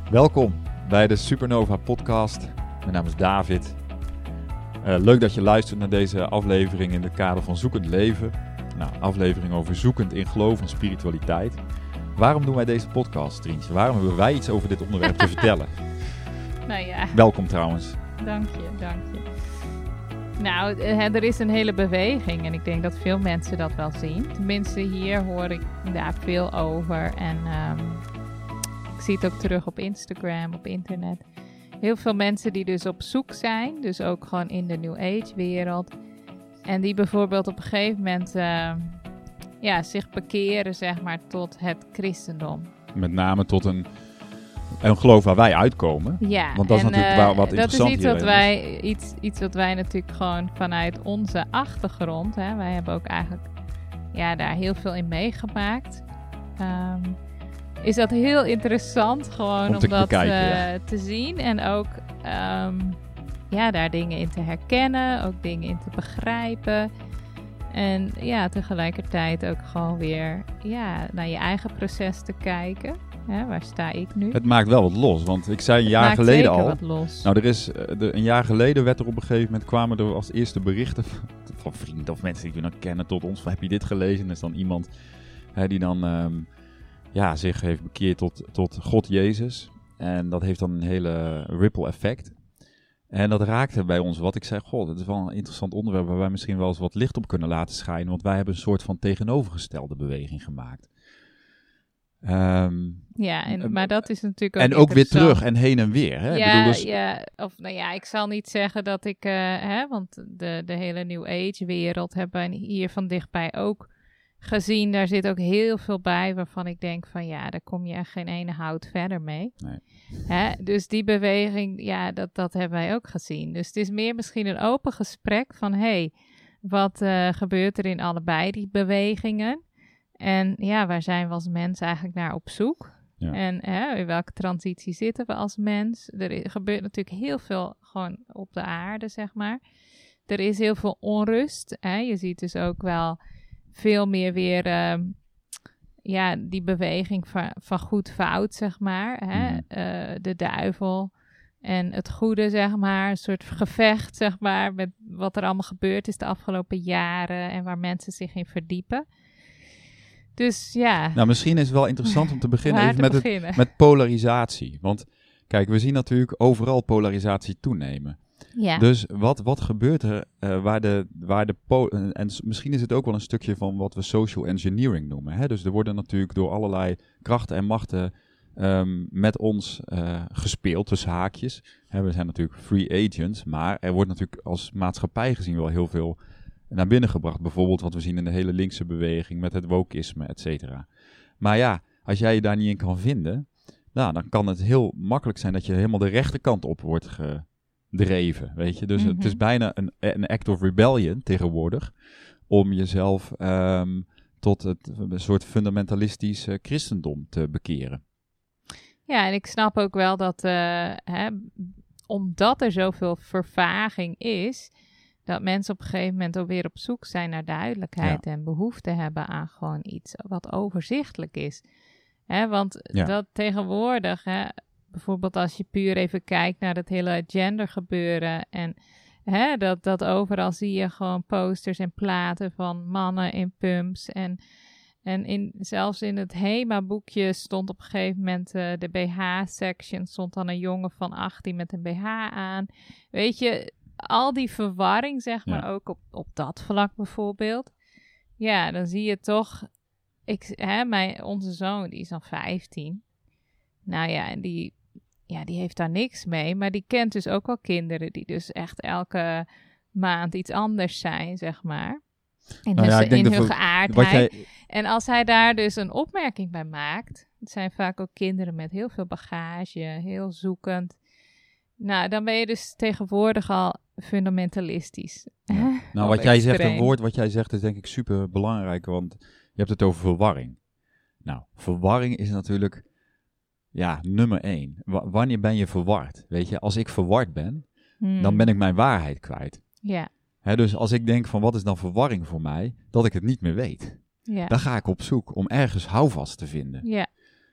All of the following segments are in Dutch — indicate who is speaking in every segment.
Speaker 1: Welkom bij de Supernova podcast. Mijn naam is David. Leuk dat je luistert naar deze aflevering in het kader van Zoekend Leven. Aflevering over zoekend in geloof en spiritualiteit. Waarom doen wij deze podcast, Trientje? Waarom hebben wij iets over dit onderwerp te vertellen?
Speaker 2: Nou ja.
Speaker 1: Welkom trouwens.
Speaker 2: Dank je. Nou, er is een hele beweging en ik denk dat veel mensen dat wel zien. Tenminste, hier hoor ik daar veel over en ik zie het ook terug op Instagram, op internet. Heel veel mensen die dus op zoek zijn, dus ook gewoon in de New Age wereld. En die bijvoorbeeld op een gegeven moment zich bekeren, zeg maar, tot het christendom.
Speaker 1: Met name tot een geloof waar wij uitkomen.
Speaker 2: Ja,
Speaker 1: want dat is natuurlijk wat interessant
Speaker 2: is iets wat wij natuurlijk gewoon vanuit onze achtergrond, hè, wij hebben ook eigenlijk daar heel veel in meegemaakt. Is dat heel interessant gewoon om dat te zien en ook daar dingen in te herkennen, ook dingen in te begrijpen. En tegelijkertijd ook gewoon weer naar je eigen proces te kijken. Ja, waar sta ik nu?
Speaker 1: Het maakt wel wat los, want ik zei een jaar geleden al.
Speaker 2: Wat los.
Speaker 1: Nou, een jaar geleden werd er op een gegeven moment kwamen er als eerste berichten van vrienden of mensen die we dan kennen tot ons. Van, heb je dit gelezen? En is dan iemand die dan zich heeft bekeerd tot God Jezus. En dat heeft dan een hele ripple effect. En dat raakte bij ons wat ik zei, dat is wel een interessant onderwerp waar wij misschien wel eens wat licht op kunnen laten schijnen. Want wij hebben een soort van tegenovergestelde beweging gemaakt.
Speaker 2: Maar dat is natuurlijk ook
Speaker 1: en ook weer terug en heen en weer. Hè?
Speaker 2: Ik zal niet zeggen dat ik, want de hele New Age wereld hebben we hier van dichtbij ook gezien. Daar zit ook heel veel bij waarvan ik denk van daar kom je echt geen ene hout verder mee. Nee. Dus die beweging, dat hebben wij ook gezien. Dus het is meer misschien een open gesprek van wat gebeurt er in allebei die bewegingen? En waar zijn we als mens eigenlijk naar op zoek? Ja. En in welke transitie zitten we als mens? Er gebeurt natuurlijk heel veel gewoon op de aarde, zeg maar. Er is heel veel onrust. Je ziet dus ook wel veel meer weer die beweging van goed-fout, zeg maar. De duivel en het goede, zeg maar. Een soort gevecht, zeg maar, met wat er allemaal gebeurd is de afgelopen jaren en waar mensen zich in verdiepen. Dus ja.
Speaker 1: Nou, misschien is het wel interessant om te beginnen met polarisatie. Want kijk, we zien natuurlijk overal polarisatie toenemen. Ja. Dus wat gebeurt er en misschien is het ook wel een stukje van wat we social engineering noemen. Hè? Dus er worden natuurlijk door allerlei krachten en machten met ons gespeeld, tussen haakjes. We zijn natuurlijk free agents, maar er wordt natuurlijk als maatschappij gezien wel heel veel naar binnen gebracht. Bijvoorbeeld wat we zien in de hele linkse beweging met het wokisme, et cetera. Maar als jij je daar niet in kan vinden, dan kan het heel makkelijk zijn dat je helemaal de rechterkant op wordt gedreven, weet je. Dus het is bijna een act of rebellion tegenwoordig om jezelf tot een soort fundamentalistisch christendom te bekeren.
Speaker 2: Ja, en ik snap ook wel dat omdat er zoveel vervaging is, dat mensen op een gegeven moment ook weer op zoek zijn naar duidelijkheid en behoefte hebben aan gewoon iets wat overzichtelijk is. Dat tegenwoordig, bijvoorbeeld als je puur even kijkt naar dat hele gendergebeuren en dat overal zie je gewoon posters en platen van mannen in pumps en zelfs in het HEMA-boekje stond op een gegeven moment de BH-section, stond dan een jongen van 18 met een BH aan. Weet je, al die verwarring, zeg maar, ook op dat vlak bijvoorbeeld. Ja, dan zie je toch, onze zoon, die is dan 15. Nou ja, en die heeft daar niks mee, maar die kent dus ook wel kinderen die dus echt elke maand iets anders zijn, zeg maar. In hun geaardheid. En als hij daar dus een opmerking bij maakt, het zijn vaak ook kinderen met heel veel bagage, heel zoekend. Nou, dan ben je dus tegenwoordig al fundamentalistisch.
Speaker 1: Ja. Nou, wat jij zegt, een woord wat jij zegt is denk ik super belangrijk, want je hebt het over verwarring. Nou, verwarring is natuurlijk, nummer 1. Wanneer ben je verward? Weet je, als ik verward ben, dan ben ik mijn waarheid kwijt. Ja. Dus als ik denk van wat is dan verwarring voor mij, dat ik het niet meer weet. Ja. Dan ga ik op zoek om ergens houvast te vinden. Ja.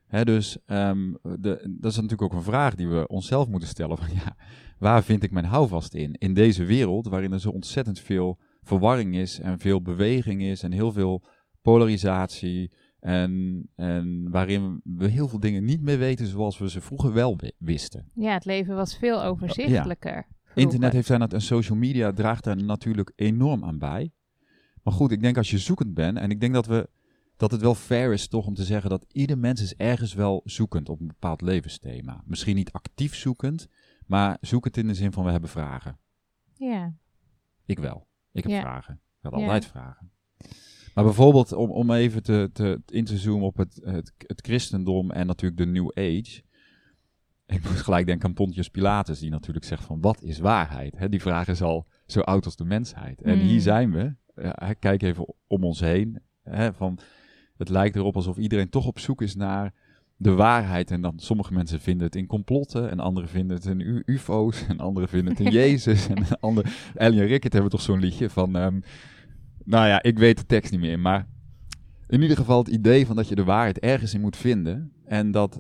Speaker 1: Dus dat is natuurlijk ook een vraag die we onszelf moeten stellen. Van, ja, waar vind ik mijn houvast in? In deze wereld waarin er zo ontzettend veel verwarring is en veel beweging is en heel veel polarisatie. En waarin we heel veel dingen niet meer weten zoals we ze vroeger wel wisten.
Speaker 2: Ja, het leven was veel overzichtelijker. Ja.
Speaker 1: Internet heeft daar en social media draagt daar natuurlijk enorm aan bij. Maar goed, ik denk als je zoekend bent, en ik denk dat het wel fair is toch om te zeggen dat ieder mens is ergens wel zoekend op een bepaald levensthema. Misschien niet actief zoekend, maar zoekend in de zin van we hebben vragen.
Speaker 2: Ja.
Speaker 1: Ik wel. Ik heb vragen. Ik had altijd vragen. Maar bijvoorbeeld om even in te zoomen op het christendom en natuurlijk de New Age. Ik moet gelijk denken aan Pontius Pilatus, die natuurlijk zegt van wat is waarheid? Die vraag is al zo oud als de mensheid. En hier zijn we. Kijk even om ons heen. Van, het lijkt erop alsof iedereen toch op zoek is naar de waarheid. En dan sommige mensen vinden het in complotten. En anderen vinden het in ufo's. En anderen vinden het in Jezus. En anderen... Ellie en Rickert hebben toch zo'n liedje van... nou ja, ik weet de tekst niet meer. Maar in ieder geval het idee van dat je de waarheid ergens in moet vinden. En dat...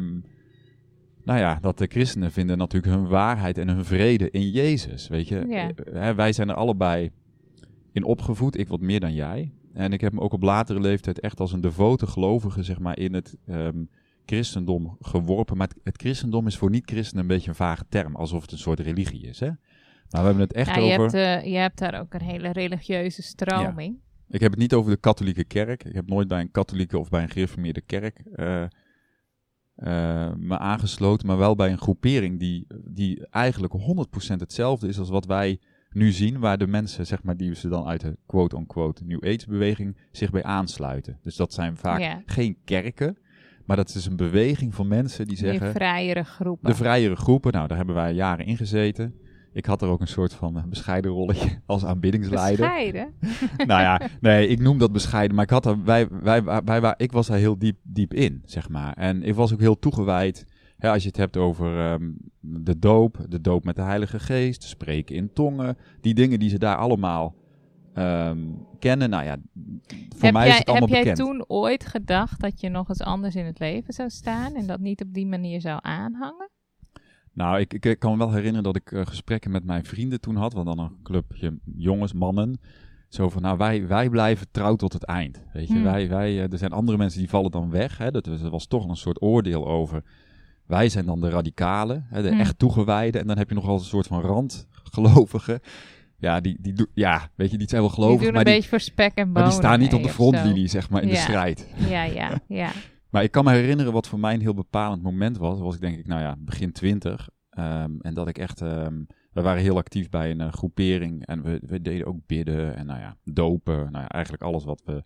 Speaker 1: dat de christenen vinden natuurlijk hun waarheid en hun vrede in Jezus. Weet je, wij zijn er allebei in opgevoed. Ik wat meer dan jij. En ik heb me ook op latere leeftijd echt als een devote gelovige, zeg maar, in het christendom geworpen. Maar het christendom is voor niet-christenen een beetje een vage term, alsof het een soort religie is. Hè? Maar we hebben het echt over...
Speaker 2: Je hebt daar ook een hele religieuze stroming.
Speaker 1: Ja. Ik heb het niet over de katholieke kerk. Ik heb nooit bij een katholieke of bij een gereformeerde kerk me aangesloten, maar wel bij een groepering die eigenlijk 100% hetzelfde is als wat wij nu zien, waar de mensen, zeg maar, die ze dan uit de quote-unquote New Age-beweging zich bij aansluiten. Dus dat zijn vaak geen kerken, maar dat is een beweging van mensen die zeggen...
Speaker 2: De vrijere groepen.
Speaker 1: De vrijere groepen, nou, daar hebben wij jaren in gezeten. Ik had er ook een soort van bescheiden rolletje als aanbiddingsleider.
Speaker 2: Bescheiden?
Speaker 1: Nou ja, nee, ik noem dat bescheiden, maar ik had er, ik was daar heel diep in, zeg maar. En ik was ook heel toegewijd. Hè, als je het hebt over de doop met de Heilige Geest, spreken in tongen, die dingen die ze daar allemaal kennen. Nou ja, voor mij is het allemaal bekend.
Speaker 2: Heb jij toen ooit gedacht dat je nog eens anders in het leven zou staan en dat niet op die manier zou aanhangen?
Speaker 1: Nou, ik kan me wel herinneren dat ik gesprekken met mijn vrienden toen had. Want dan een clubje jongens, mannen. Zo van, nou, wij blijven trouw tot het eind. Weet je, er zijn andere mensen die vallen dan weg. Hè? Dat was toch een soort oordeel over. Wij zijn dan de radicalen, hè, de echt toegewijden. En dan heb je nog wel een soort van randgelovigen. Ja, die zijn wel gelovig.
Speaker 2: Die doen een beetje voor spek en bonen.
Speaker 1: Maar die staan niet op de frontlinie, zeg maar, in de strijd.
Speaker 2: Ja.
Speaker 1: Maar ik kan me herinneren wat voor mij een heel bepalend moment was. Was ik denk ik, begin 20. En dat ik echt... we waren heel actief bij een groepering. En we deden ook bidden en dopen. Nou ja, eigenlijk alles wat we...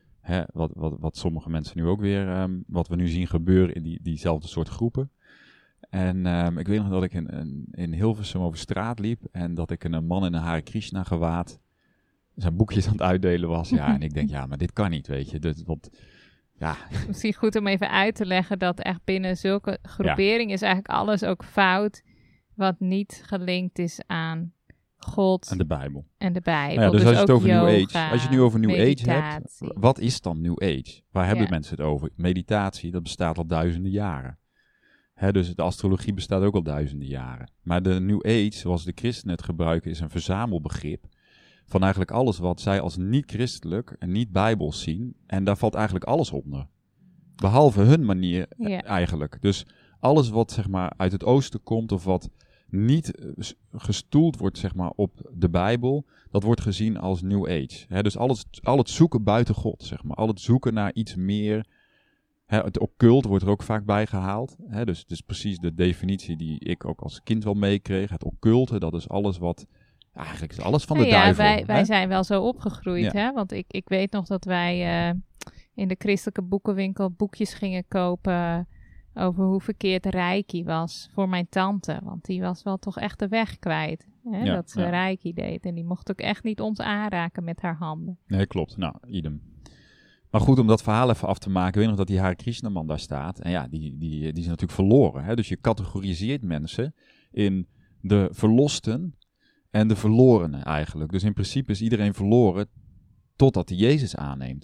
Speaker 1: wat sommige mensen nu ook weer... wat we nu zien gebeuren in diezelfde soort groepen. En ik weet nog dat ik in Hilversum over straat liep. En dat ik een man in een Hare Krishna gewaad... zijn boekjes aan het uitdelen was. Ja, en ik denk, maar dit kan niet, weet je. Ja.
Speaker 2: Misschien goed om even uit te leggen dat echt binnen zulke groepering is eigenlijk alles ook fout wat niet gelinkt is aan God
Speaker 1: en de Bijbel.
Speaker 2: Ja,
Speaker 1: dus als je het over
Speaker 2: yoga,
Speaker 1: New Age, als je het nu over New
Speaker 2: meditatie.
Speaker 1: Age hebt, wat is dan New Age? Waar hebben mensen het over? Meditatie, dat bestaat al duizenden jaren. Dus de astrologie bestaat ook al duizenden jaren. Maar de New Age, zoals de christenen het gebruiken, is een verzamelbegrip van eigenlijk alles wat zij als niet-christelijk en niet-bijbels zien. En daar valt eigenlijk alles onder. Behalve hun manier eigenlijk. Dus alles wat, zeg maar, uit het oosten komt of wat niet gestoeld wordt, zeg maar, op de Bijbel, dat wordt gezien als New Age. Dus al het zoeken buiten God, zeg maar. Al het zoeken naar iets meer. Het occult wordt er ook vaak bij gehaald. Dus precies de definitie die ik ook als kind wel meekreeg. Het occulte, dat is alles wat... Eigenlijk is alles van de duivel.
Speaker 2: Wij zijn wel zo opgegroeid, hè? Want ik weet nog dat wij in de christelijke boekenwinkel boekjes gingen kopen over hoe verkeerd Reiki was voor mijn tante. Want die was wel toch echt de weg kwijt, dat ze Reiki deed. En die mocht ook echt niet ons aanraken met haar handen.
Speaker 1: Nee, klopt. Nou, idem. Maar goed, om dat verhaal even af te maken, weet je nog dat die Hare Krishna man daar staat. En die is natuurlijk verloren. Hè? Dus je categoriseert mensen in de verlosten en de verlorenen eigenlijk. Dus in principe is iedereen verloren totdat hij Jezus aanneemt.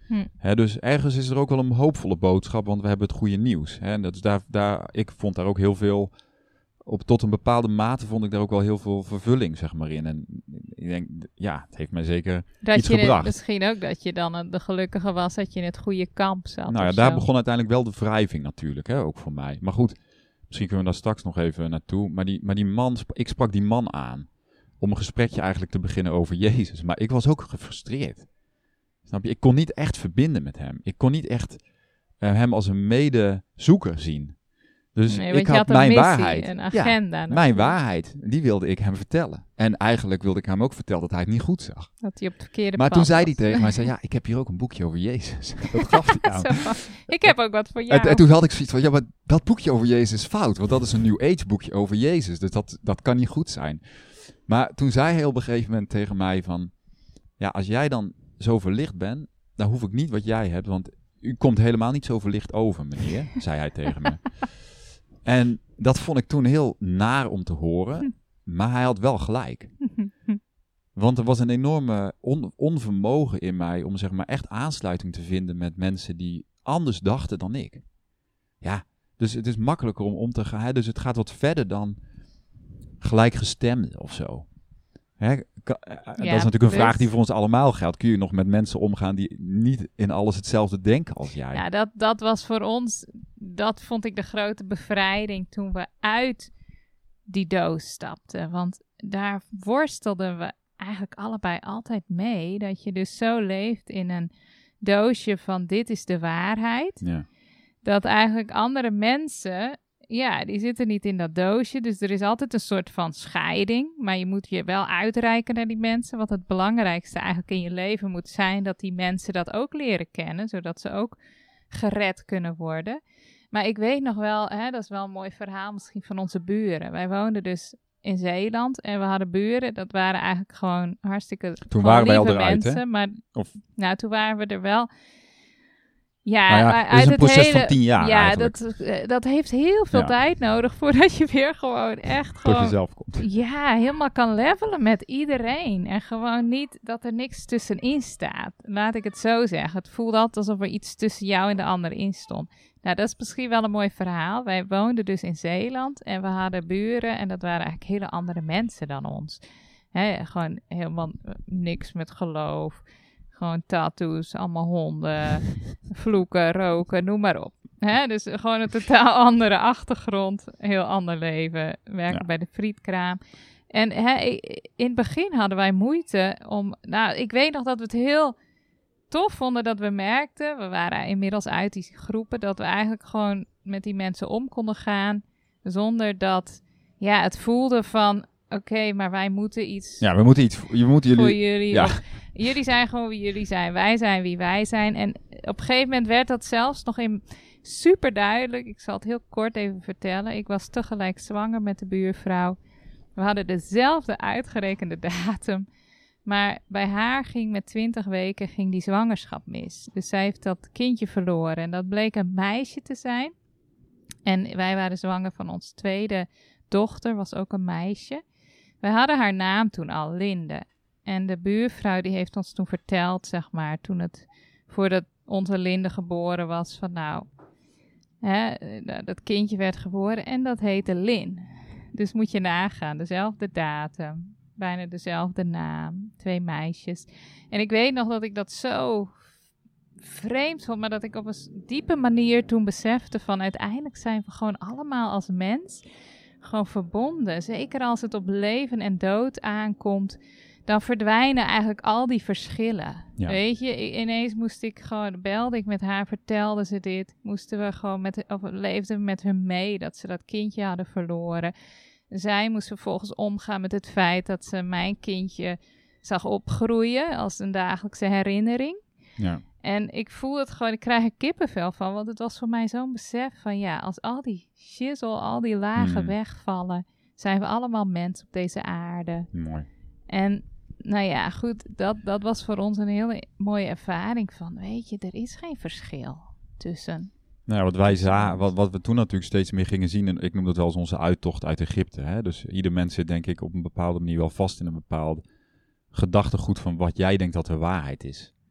Speaker 1: Hè, dus ergens is er ook wel een hoopvolle boodschap, want we hebben het goede nieuws. Hè? En dat is ik vond daar ook heel veel, tot een bepaalde mate vond ik daar ook wel heel veel vervulling, zeg maar, in. En ik denk, het heeft mij zeker iets gebracht.
Speaker 2: Misschien ook dat je dan de gelukkige was dat je in het goede kamp zat.
Speaker 1: Nou ja, daar begon uiteindelijk wel de wrijving natuurlijk, hè, ook voor mij. Maar goed, misschien kunnen we daar straks nog even naartoe. Maar die man, ik sprak die man aan om een gesprekje eigenlijk te beginnen over Jezus. Maar ik was ook gefrustreerd. Snap je? Ik kon niet echt verbinden met hem. Ik kon niet echt hem als een medezoeker zien. Dus ik had mijn waarheid.
Speaker 2: Een agenda.
Speaker 1: Mijn waarheid, die wilde ik hem vertellen. En eigenlijk wilde ik hem ook vertellen dat hij het niet goed zag.
Speaker 2: Dat hij op het verkeerde
Speaker 1: Maar
Speaker 2: pad
Speaker 1: toen zei
Speaker 2: was.
Speaker 1: hij tegen mij, ik heb hier ook een boekje over Jezus. Dat gaf hij aan.
Speaker 2: Ik heb ook wat voor jou.
Speaker 1: En toen had ik zoiets van, maar dat boekje over Jezus is fout. Want dat is een New Age boekje over Jezus. Dus dat kan niet goed zijn. Maar toen zei hij op een gegeven moment tegen mij van, als jij dan zo verlicht bent, dan hoef ik niet wat jij hebt, want u komt helemaal niet zo verlicht over, meneer, zei hij tegen me. En dat vond ik toen heel naar om te horen, maar hij had wel gelijk. Want er was een enorme onvermogen in mij om zeg maar echt aansluiting te vinden met mensen die anders dachten dan ik. Ja, dus het is makkelijker om te gaan, dus het gaat wat verder dan gelijkgestemden of zo. Hè? Dat is natuurlijk een vraag die voor ons allemaal geldt. Kun je nog met mensen omgaan die niet in alles hetzelfde denken als jij?
Speaker 2: Ja, dat was voor ons, dat vond ik de grote bevrijding toen we uit die doos stapten. Want daar worstelden we eigenlijk allebei altijd mee. Dat je dus zo leeft in een doosje van dit is de waarheid.
Speaker 1: Ja.
Speaker 2: Dat eigenlijk andere mensen, die zitten niet in dat doosje. Dus er is altijd een soort van scheiding. Maar je moet je wel uitreiken naar die mensen. Want het belangrijkste eigenlijk in je leven moet zijn dat die mensen dat ook leren kennen. Zodat ze ook gered kunnen worden. Maar ik weet nog wel, dat is wel een mooi verhaal misschien van onze buren. Wij woonden dus in Zeeland en we hadden buren. Dat waren eigenlijk gewoon hartstikke
Speaker 1: toen waren wij al
Speaker 2: eruit,
Speaker 1: mensen,
Speaker 2: hè? Maar toen waren we er wel.
Speaker 1: Het is een proces van 10 jaar
Speaker 2: eigenlijk. Dat heeft heel veel tijd nodig voordat je weer gewoon echt
Speaker 1: tot jezelf komt.
Speaker 2: Ja, helemaal kan levelen met iedereen. En gewoon niet dat er niks tussenin staat. Laat ik het zo zeggen. Het voelt altijd alsof er iets tussen jou en de ander in stond. Nou, dat is misschien wel een mooi verhaal. Wij woonden dus in Zeeland en we hadden buren en dat waren eigenlijk hele andere mensen dan ons. Gewoon helemaal niks met geloof. Gewoon tattoos, allemaal honden, vloeken, roken, noem maar op. Dus gewoon een totaal andere achtergrond, heel ander leven, werken bij de frietkraam. En in het begin hadden wij moeite om, ik weet nog dat we het heel tof vonden dat we merkten, we waren inmiddels uit die groepen, dat we eigenlijk gewoon met die mensen om konden gaan, zonder dat, het voelde van, oké, maar wij moeten iets.
Speaker 1: Ja, we moeten iets. Je moet jullie.
Speaker 2: Voor jullie. Ja. Jullie zijn gewoon wie jullie zijn. Wij zijn wie wij zijn. En op een gegeven moment werd dat zelfs nog super duidelijk. Ik zal het heel kort even vertellen. Ik was tegelijk zwanger met de buurvrouw. We hadden dezelfde uitgerekende datum. Maar bij haar ging met 20 weken die zwangerschap mis. Dus zij heeft dat kindje verloren. En dat bleek een meisje te zijn. En wij waren zwanger van onze tweede dochter. Was ook een meisje. Wij hadden haar naam toen al, Linde. En de buurvrouw die heeft ons toen verteld, zeg maar, voordat onze Linde geboren was, van dat kindje werd geboren en dat heette Lin. Dus moet je nagaan, dezelfde datum, bijna dezelfde naam, 2 meisjes. En ik weet nog dat ik dat zo vreemd vond, maar dat ik op een diepe manier toen besefte van uiteindelijk zijn we gewoon allemaal als mens gewoon verbonden. Zeker als het op leven en dood aankomt, dan verdwijnen eigenlijk al die verschillen. Ja. Weet je, ineens belde ik met haar, vertelde ze dit. Moesten we gewoon leefden we met hun mee dat ze dat kindje hadden verloren. Zij moest vervolgens omgaan met het feit dat ze mijn kindje zag opgroeien als een dagelijkse herinnering.
Speaker 1: Ja.
Speaker 2: En ik voel het gewoon, ik krijg er kippenvel van, want het was voor mij zo'n besef van als al die shizzle, al die lagen wegvallen, zijn we allemaal mensen op deze aarde.
Speaker 1: Mooi.
Speaker 2: En goed, dat was voor ons een hele mooie ervaring van, weet je, er is geen verschil tussen.
Speaker 1: Nou, wat we toen natuurlijk steeds meer gingen zien, en ik noem dat wel als onze uittocht uit Egypte. Hè? Dus ieder mens zit denk ik op een bepaalde manier wel vast in een bepaald gedachtegoed van wat jij denkt dat de waarheid is.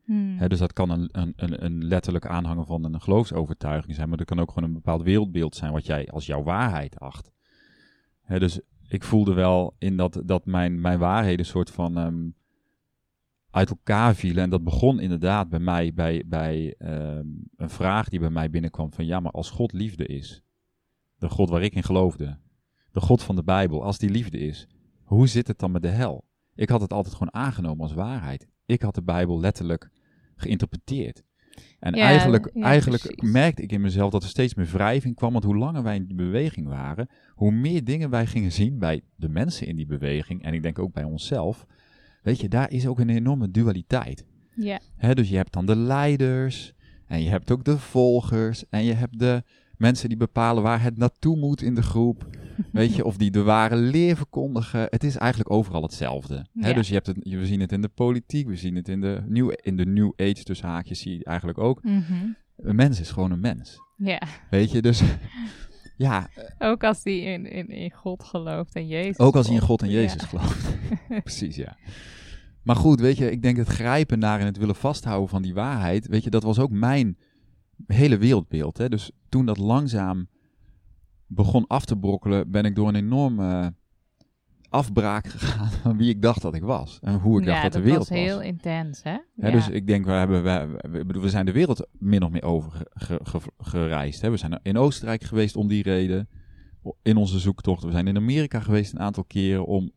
Speaker 1: Dus dat kan een letterlijk aanhanger van een geloofsovertuiging zijn, maar dat kan ook gewoon een bepaald wereldbeeld zijn wat jij als jouw waarheid acht. Dus ik voelde wel in dat mijn waarheden een soort van uit elkaar vielen. En dat begon inderdaad bij mij bij een vraag die bij mij binnenkwam van ja, maar als God liefde is, de God waar ik in geloofde, de God van de Bijbel, als die liefde is, hoe zit het dan met de hel? Ik had het altijd gewoon aangenomen als waarheid. Ik had de Bijbel letterlijk geïnterpreteerd. En eigenlijk merkte ik in mezelf dat er steeds meer wrijving kwam. Want hoe langer wij in die beweging waren, hoe meer dingen wij gingen zien bij de mensen in die beweging. En ik denk ook bij onszelf. Weet je, daar is ook een enorme dualiteit.
Speaker 2: Ja.
Speaker 1: Dus je hebt dan de leiders. En je hebt ook de volgers. En je hebt de mensen die bepalen waar het naartoe moet in de groep. Weet je, of die de ware leer verkondigen. Het is eigenlijk overal hetzelfde.
Speaker 2: Ja.
Speaker 1: Dus we zien het in de politiek, we zien het in de New Age, tussen haakjes zie je eigenlijk ook.
Speaker 2: Mm-hmm.
Speaker 1: Een mens is gewoon een mens.
Speaker 2: Ja.
Speaker 1: Weet je, dus ja.
Speaker 2: Ook als die in God gelooft en Jezus.
Speaker 1: Ook als hij in God en Jezus gelooft. Precies, ja. Maar goed, weet je, ik denk het grijpen naar en het willen vasthouden van die waarheid, weet je, dat was ook mijn hele wereldbeeld. Hè? Dus toen dat langzaam begon af te brokkelen, ben ik door een enorme afbraak gegaan van wie ik dacht dat ik was. En hoe ik dacht dat de wereld was.
Speaker 2: Ja, dat was heel intens, hè?
Speaker 1: Ja. Dus ik denk, we zijn de wereld min of meer over gereisd. Hè? We zijn in Oostenrijk geweest om die reden, in onze zoektocht. We zijn in Amerika geweest een aantal keren om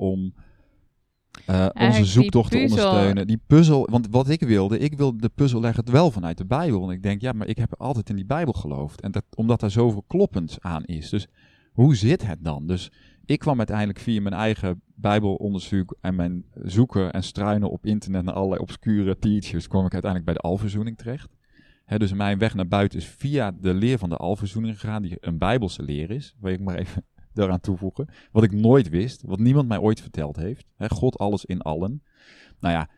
Speaker 1: onze zoektocht te ondersteunen. Die puzzel, want wat ik wilde de puzzel leggen het wel vanuit de Bijbel. Want ik denk, ja, maar ik heb altijd in die Bijbel geloofd. En omdat daar zoveel kloppends aan is. Dus hoe zit het dan? Dus ik kwam uiteindelijk via mijn eigen Bijbelonderzoek en mijn zoeken en struinen op internet naar allerlei obscure teachers, kwam ik uiteindelijk bij de Alverzoening terecht. Dus mijn weg naar buiten is via de leer van de Alverzoening gegaan, die een Bijbelse leer is, wil ik maar even daaraan toevoegen. Wat ik nooit wist, wat niemand mij ooit verteld heeft. God alles in allen. Nou ja,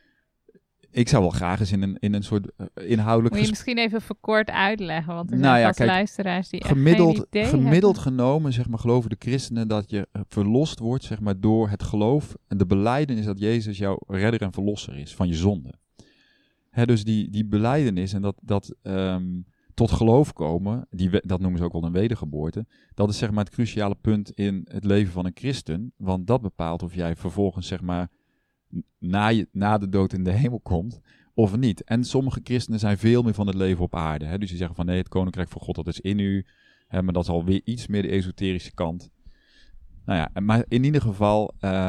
Speaker 1: ik zou wel graag eens in een soort inhoudelijk...
Speaker 2: Moet je misschien even verkort uitleggen, want er zijn vast luisteraars die
Speaker 1: gemiddeld genomen, zeg maar, geloven de christenen dat je verlost wordt, zeg maar, door het geloof en de belijdenis dat Jezus jouw redder en verlosser is van je zonde. Dus die belijdenis en dat tot geloof komen, dat noemen ze ook wel een wedergeboorte, dat is zeg maar het cruciale punt in het leven van een christen, want dat bepaalt of jij vervolgens zeg maar na de dood in de hemel komt, of niet. En sommige christenen zijn veel meer van het leven op aarde. Dus die zeggen van nee, het koninkrijk van God, dat is in u. Maar dat is alweer iets meer de esoterische kant. Nou ja, maar in ieder geval,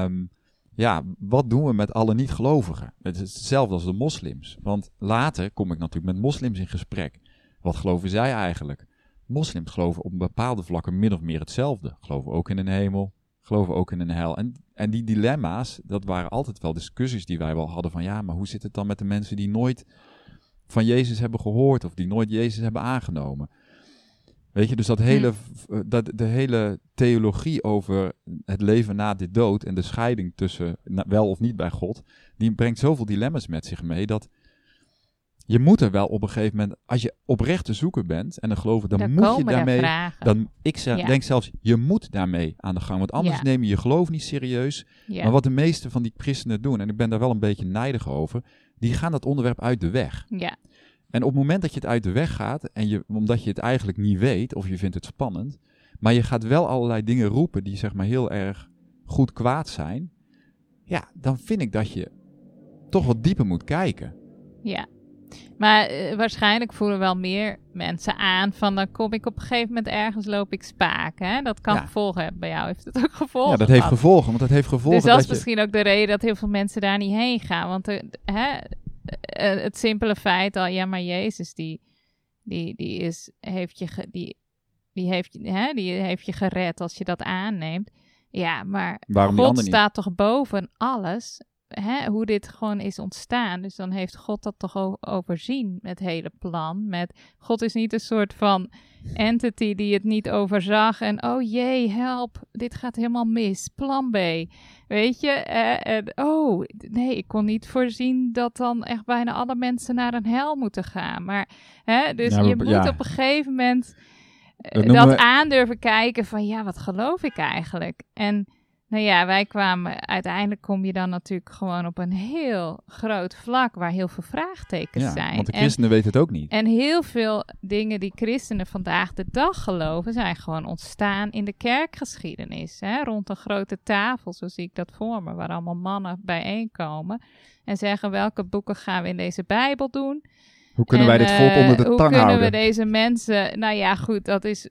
Speaker 1: wat doen we met alle niet-gelovigen? Het is hetzelfde als de moslims. Want later kom ik natuurlijk met moslims in gesprek. Wat geloven zij eigenlijk? Moslims geloven op bepaalde vlakken min of meer hetzelfde. Geloven ook in een hemel, geloven ook in een hel. En die dilemma's, dat waren altijd wel discussies die wij wel hadden van ja, maar hoe zit het dan met de mensen die nooit van Jezus hebben gehoord of die nooit Jezus hebben aangenomen? Weet je, dus de hele theologie over het leven na de dood en de scheiding tussen wel of niet bij God, die brengt zoveel dilemma's met zich mee dat je moet er wel op een gegeven moment, als je oprecht te zoeken bent en een geloven, dan moet je daarmee, denk zelfs, je moet daarmee aan de gang, want anders neem je geloof niet serieus. Ja. Maar wat de meeste van die christenen doen, en ik ben daar wel een beetje nijdig over, die gaan dat onderwerp uit de weg.
Speaker 2: Ja.
Speaker 1: En op het moment dat je het uit de weg gaat, omdat je het eigenlijk niet weet, of je vindt het spannend, maar je gaat wel allerlei dingen roepen die zeg maar heel erg goed kwaad zijn, ja, dan vind ik dat je toch wat dieper moet kijken.
Speaker 2: Ja. Maar waarschijnlijk voelen wel meer mensen aan van dan kom ik op een gegeven moment ergens loop ik spaak. Hè? Dat kan gevolgen hebben. Bij jou heeft het ook gevolgen.
Speaker 1: Ja, dat heeft gevolgen. Want dat heeft gevolgen.
Speaker 2: Dus dat is misschien ook de reden dat heel veel mensen daar niet heen gaan. Want het simpele feit al, ja maar Jezus die heeft je gered als je dat aanneemt. Ja, maar God staat toch boven alles. Hoe dit gewoon is ontstaan. Dus dan heeft God dat toch overzien, het hele plan. God is niet een soort van entity die het niet overzag. En oh jee, help, dit gaat helemaal mis. Plan B. Weet je? Nee, ik kon niet voorzien dat dan echt bijna alle mensen naar een hel moeten gaan. Maar, dus je moet op een gegeven moment aandurven kijken van ja, wat geloof ik eigenlijk? En Nou ja, uiteindelijk kom je dan natuurlijk gewoon op een heel groot vlak waar heel veel vraagtekens zijn.
Speaker 1: Want de christenen weten het ook niet.
Speaker 2: En heel veel dingen die christenen vandaag de dag geloven, zijn gewoon ontstaan in de kerkgeschiedenis. Hè? Rond een grote tafel, zo zie ik dat voor me, waar allemaal mannen bijeenkomen en zeggen welke boeken gaan we in deze Bijbel doen.
Speaker 1: Hoe kunnen wij dit volk onder de tang houden?
Speaker 2: Hoe kunnen we deze mensen... Nou ja, goed, dat is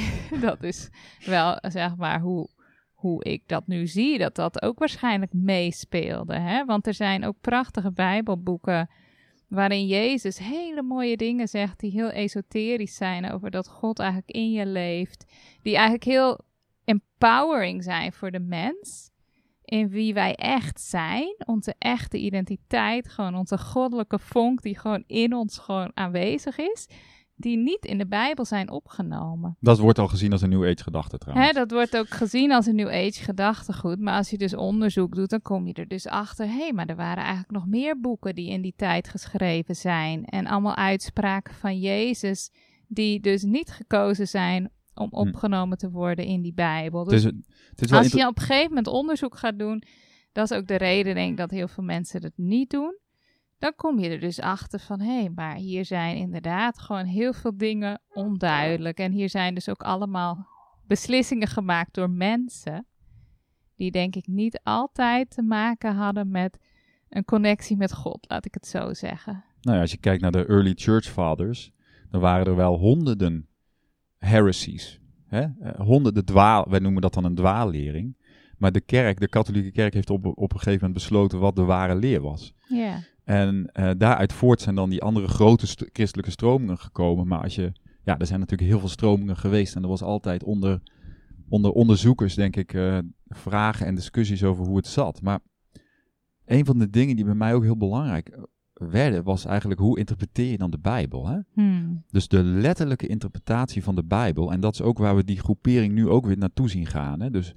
Speaker 2: wel, zeg maar, hoe ik dat nu zie, dat ook waarschijnlijk meespeelde. Hè? Want er zijn ook prachtige Bijbelboeken waarin Jezus hele mooie dingen zegt die heel esoterisch zijn over dat God eigenlijk in je leeft. Die eigenlijk heel empowering zijn voor de mens. In wie wij echt zijn, onze echte identiteit, gewoon onze goddelijke vonk die gewoon in ons gewoon aanwezig is, die niet in de Bijbel zijn opgenomen.
Speaker 1: Dat wordt al gezien als een New Age gedachte trouwens.
Speaker 2: Dat wordt ook gezien als een New Age gedachtegoed, maar als je dus onderzoek doet, dan kom je er dus achter, maar er waren eigenlijk nog meer boeken die in die tijd geschreven zijn en allemaal uitspraken van Jezus die dus niet gekozen zijn om opgenomen te worden in die Bijbel. Dus het is als je op een gegeven moment onderzoek gaat doen, dat is ook de reden, denk ik, dat heel veel mensen het niet doen. Dan kom je er dus achter van, maar hier zijn inderdaad gewoon heel veel dingen onduidelijk. En hier zijn dus ook allemaal beslissingen gemaakt door mensen die, denk ik, niet altijd te maken hadden met een connectie met God, laat ik het zo zeggen.
Speaker 1: Nou ja, als je kijkt naar de early church fathers, dan waren er wel honderden heresies. Honderden wij noemen dat dan een dwaallering. Maar de katholieke kerk heeft op een gegeven moment besloten wat de ware leer was.
Speaker 2: Ja.
Speaker 1: En daaruit voort zijn dan die andere grote christelijke stromingen gekomen. Maar er zijn natuurlijk heel veel stromingen geweest. En er was altijd onder onderzoekers, denk ik, vragen en discussies over hoe het zat. Maar een van de dingen die bij mij ook heel belangrijk werden, was eigenlijk hoe interpreteer je dan de Bijbel? Hè? Dus de letterlijke interpretatie van de Bijbel. En dat is ook waar we die groepering nu ook weer naartoe zien gaan. Hè? Dus,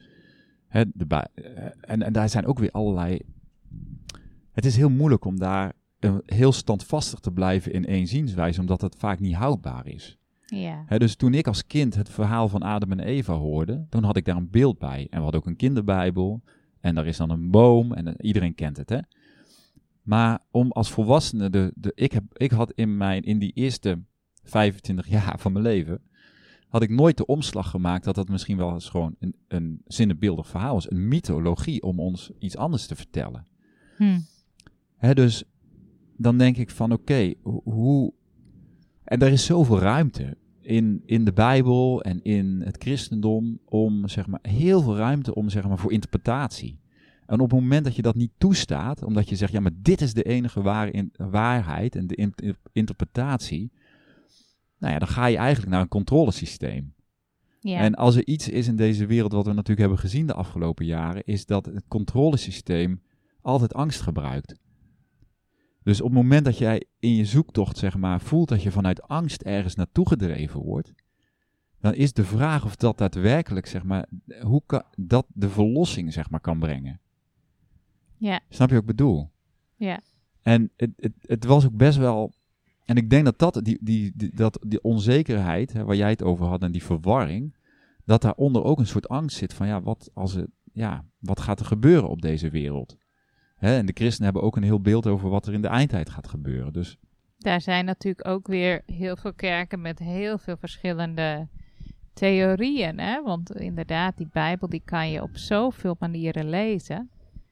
Speaker 1: en daar zijn ook weer allerlei... Het is heel moeilijk om daar heel standvastig te blijven in één zienswijze, omdat het vaak niet houdbaar is.
Speaker 2: Ja.
Speaker 1: Dus toen ik als kind het verhaal van Adam en Eva hoorde, dan had ik daar een beeld bij. En we hadden ook een kinderbijbel. En daar is dan een boom. En iedereen kent het, hè. Maar om als volwassene, ik had in die eerste 25 jaar van mijn leven, had ik nooit de omslag gemaakt dat dat misschien wel eens gewoon een zinnebeeldig verhaal was. Een mythologie om ons iets anders te vertellen. Dus dan denk ik van oké, hoe... En er is zoveel ruimte in de Bijbel en in het christendom om, zeg maar, heel veel ruimte om, zeg maar, voor interpretatie. En op het moment dat je dat niet toestaat, omdat je zegt, ja, maar dit is de enige waarheid en de interpretatie, nou ja, dan ga je eigenlijk naar een controlesysteem.
Speaker 2: Ja.
Speaker 1: En als er iets is in deze wereld wat we natuurlijk hebben gezien de afgelopen jaren, is dat het controlesysteem altijd angst gebruikt. Dus op het moment dat jij in je zoektocht, zeg maar, voelt dat je vanuit angst ergens naartoe gedreven wordt, dan is de vraag of dat daadwerkelijk, zeg maar, hoe dat de verlossing, zeg maar, kan brengen.
Speaker 2: Ja.
Speaker 1: Snap je wat ik bedoel?
Speaker 2: Ja.
Speaker 1: En het was ook best wel... En ik denk dat die onzekerheid, hè, waar jij het over had, en die verwarring, dat daaronder ook een soort angst zit van, wat gaat er gebeuren op deze wereld? Hè, en de christenen hebben ook een heel beeld over wat er in de eindtijd gaat gebeuren. Dus
Speaker 2: daar zijn natuurlijk ook weer heel veel kerken met heel veel verschillende theorieën. Hè? Want inderdaad, die Bijbel die kan je op zoveel manieren lezen.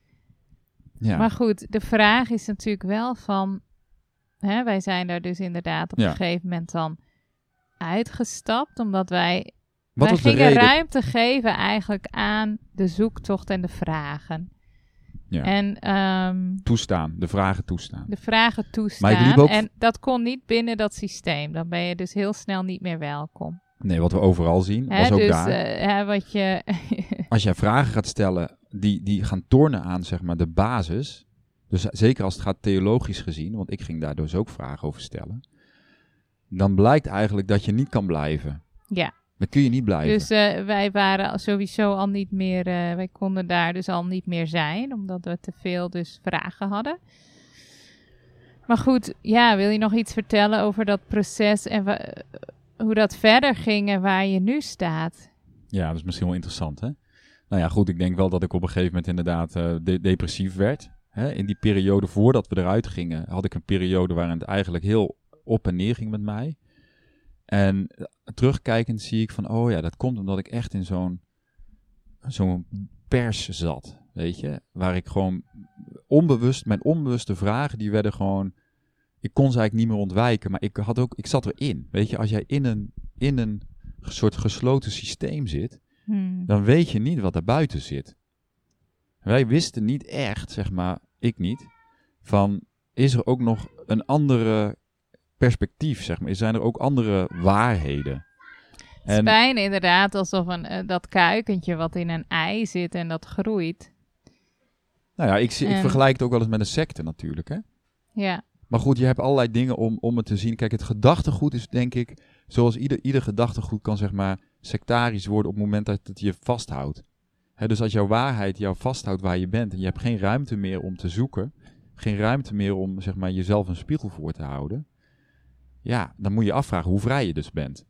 Speaker 1: ja.
Speaker 2: Maar goed, de vraag is natuurlijk wel van... wij zijn daar dus inderdaad op een gegeven moment dan uitgestapt. Omdat wij gingen ruimte geven eigenlijk aan de zoektocht en de vragen.
Speaker 1: Ja.
Speaker 2: En,
Speaker 1: toestaan, de vragen toestaan.
Speaker 2: De vragen toestaan.
Speaker 1: Maar ik liep ook...
Speaker 2: En dat kon niet binnen dat systeem. Dan ben je dus heel snel niet meer welkom.
Speaker 1: Nee, wat we overal zien, was ook
Speaker 2: dus,
Speaker 1: daar. Als jij vragen gaat stellen die gaan tornen aan, zeg maar, de basis. Dus zeker als het gaat theologisch gezien, want ik ging daar dus ook vragen over stellen. Dan blijkt eigenlijk dat je niet kan blijven.
Speaker 2: Ja.
Speaker 1: Dan kun je niet blijven.
Speaker 2: Dus wij waren sowieso al niet meer, wij konden daar dus al niet meer zijn, omdat we te veel dus vragen hadden. Maar goed, ja, wil je nog iets vertellen over dat proces en hoe dat verder ging en waar je nu staat?
Speaker 1: Ja, dat is misschien wel interessant, hè? Nou ja, goed, ik denk wel dat ik op een gegeven moment inderdaad depressief werd. Hè? In die periode voordat we eruit gingen, had ik een periode waarin het eigenlijk heel op en neer ging met mij. En terugkijkend zie ik van, oh ja, dat komt omdat ik echt in zo'n pers zat, weet je. Waar ik gewoon mijn onbewuste vragen, die werden gewoon, ik kon ze eigenlijk niet meer ontwijken, maar ik zat erin. Weet je, als jij in een soort gesloten systeem zit, dan weet je niet wat er buiten zit. Wij wisten niet echt, zeg maar, ik niet, van is er ook nog een andere perspectief, zeg maar. Zijn er ook andere waarheden?
Speaker 2: Het is bijna inderdaad alsof dat kuikentje wat in een ei zit en dat groeit.
Speaker 1: Nou ja, ik vergelijk het ook wel eens met een secte natuurlijk, hè?
Speaker 2: Ja.
Speaker 1: Maar goed, je hebt allerlei dingen om het te zien. Kijk, het gedachtegoed is denk ik, zoals ieder gedachtegoed kan, zeg maar, sectarisch worden op het moment dat het je vasthoudt. Dus als jouw waarheid jou vasthoudt waar je bent en je hebt geen ruimte meer om te zoeken, geen ruimte meer om, zeg maar, jezelf een spiegel voor te houden, ja, dan moet je afvragen hoe vrij je dus bent.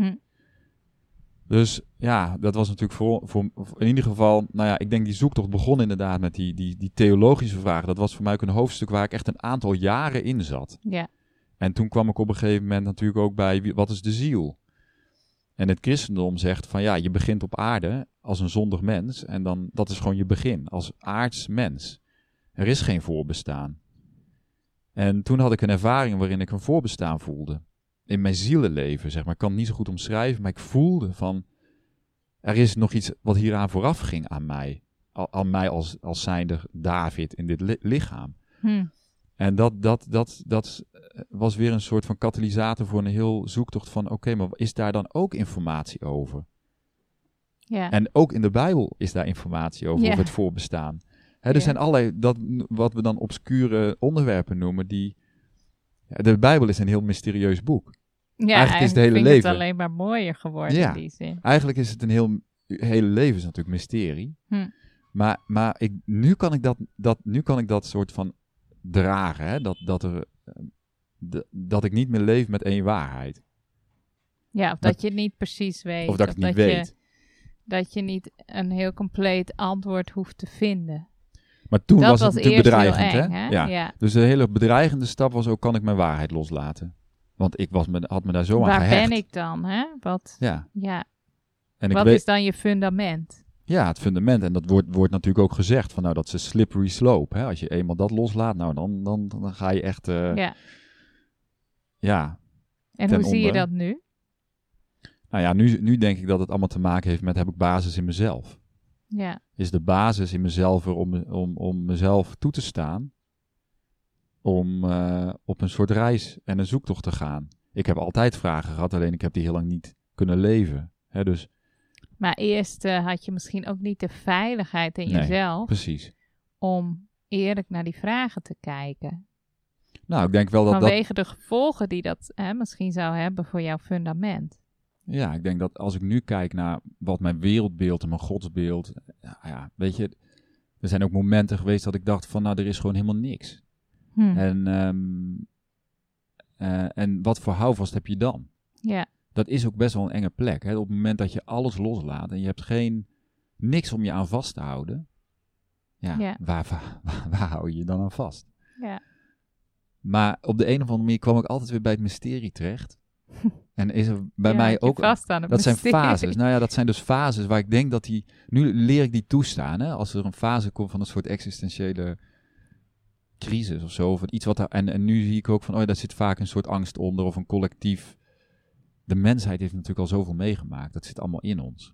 Speaker 1: Dus ja, dat was natuurlijk voor in ieder geval, nou ja, ik denk die zoektocht begon inderdaad met die theologische vragen. Dat was voor mij ook een hoofdstuk waar ik echt een aantal jaren in zat.
Speaker 2: Ja.
Speaker 1: En toen kwam ik op een gegeven moment natuurlijk ook bij, wat is de ziel? En het christendom zegt van ja, je begint op aarde als een zondig mens en dan, dat is gewoon je begin, als aards mens. Er is geen voorbestaan. En toen had ik een ervaring waarin ik een voorbestaan voelde. In mijn zielenleven, zeg maar. Ik kan het niet zo goed omschrijven, maar ik voelde van, er is nog iets wat hieraan vooraf ging aan mij. Aan mij als zijnde David in dit lichaam. En dat was weer een soort van katalysator voor een heel zoektocht van, oké, maar is daar dan ook informatie over?
Speaker 2: Ja.
Speaker 1: En ook in de Bijbel is daar informatie over, over het voorbestaan. Er zijn allerlei, wat we dan obscure onderwerpen noemen, de Bijbel is een heel mysterieus boek.
Speaker 2: Ja, eigenlijk is het hele leven het alleen maar mooier geworden in die zin.
Speaker 1: Eigenlijk is het hele leven is natuurlijk mysterie. Maar nu kan ik dat soort van dragen, hè? Dat ik niet meer leef met één waarheid.
Speaker 2: Ja, of dat je het niet precies weet.
Speaker 1: Of dat ik het niet weet.
Speaker 2: Dat je niet een heel compleet antwoord hoeft te vinden.
Speaker 1: Maar toen was het natuurlijk bedreigend,
Speaker 2: eng, hè?
Speaker 1: Ja. Dus de hele bedreigende stap was ook, kan ik mijn waarheid loslaten? Want ik had me daar zo aan gehecht.
Speaker 2: Waar ben ik dan, hè? Ja.
Speaker 1: En
Speaker 2: wat is dan je fundament?
Speaker 1: Ja, het fundament. En dat wordt natuurlijk ook gezegd, van nou, dat is een slippery slope. Hè? Als je eenmaal dat loslaat, nou, dan ga je echt... Ja.
Speaker 2: En hoe zie je dat nu?
Speaker 1: Nou ja, nu denk ik dat het allemaal te maken heeft met, heb ik basis in mezelf?
Speaker 2: Ja.
Speaker 1: Is de basis in mezelf om mezelf toe te staan, om op een soort reis en een zoektocht te gaan. Ik heb altijd vragen gehad, alleen ik heb die heel lang niet kunnen leven. Hè, dus...
Speaker 2: Maar eerst had je misschien ook niet de veiligheid in jezelf.
Speaker 1: Precies.
Speaker 2: Om eerlijk naar die vragen te kijken.
Speaker 1: Nou, ik denk wel dat
Speaker 2: vanwege de gevolgen die dat misschien zou hebben voor jouw fundament.
Speaker 1: Ja, ik denk dat als ik nu kijk naar wat mijn wereldbeeld en mijn godsbeeld... Ja, weet je, er zijn ook momenten geweest dat ik dacht van, nou, er is gewoon helemaal niks. En wat voor houvast heb je dan?
Speaker 2: Ja.
Speaker 1: Dat is ook best wel een enge plek. Hè? Op het moment dat je alles loslaat en je hebt niks om je aan vast te houden. Ja. Waar hou je je dan aan vast?
Speaker 2: Ja.
Speaker 1: Maar op de een of andere manier kwam ik altijd weer bij het mysterie terecht. En is er bij mij ook... Dat zijn fases. Nou ja, dat zijn dus fases waar ik denk dat nu leer ik die toestaan. Hè? Als er een fase komt van een soort existentiële crisis of zo. Of iets wat en nu zie ik ook van, daar zit vaak een soort angst onder of een collectief. De mensheid heeft natuurlijk al zoveel meegemaakt. Dat zit allemaal in ons.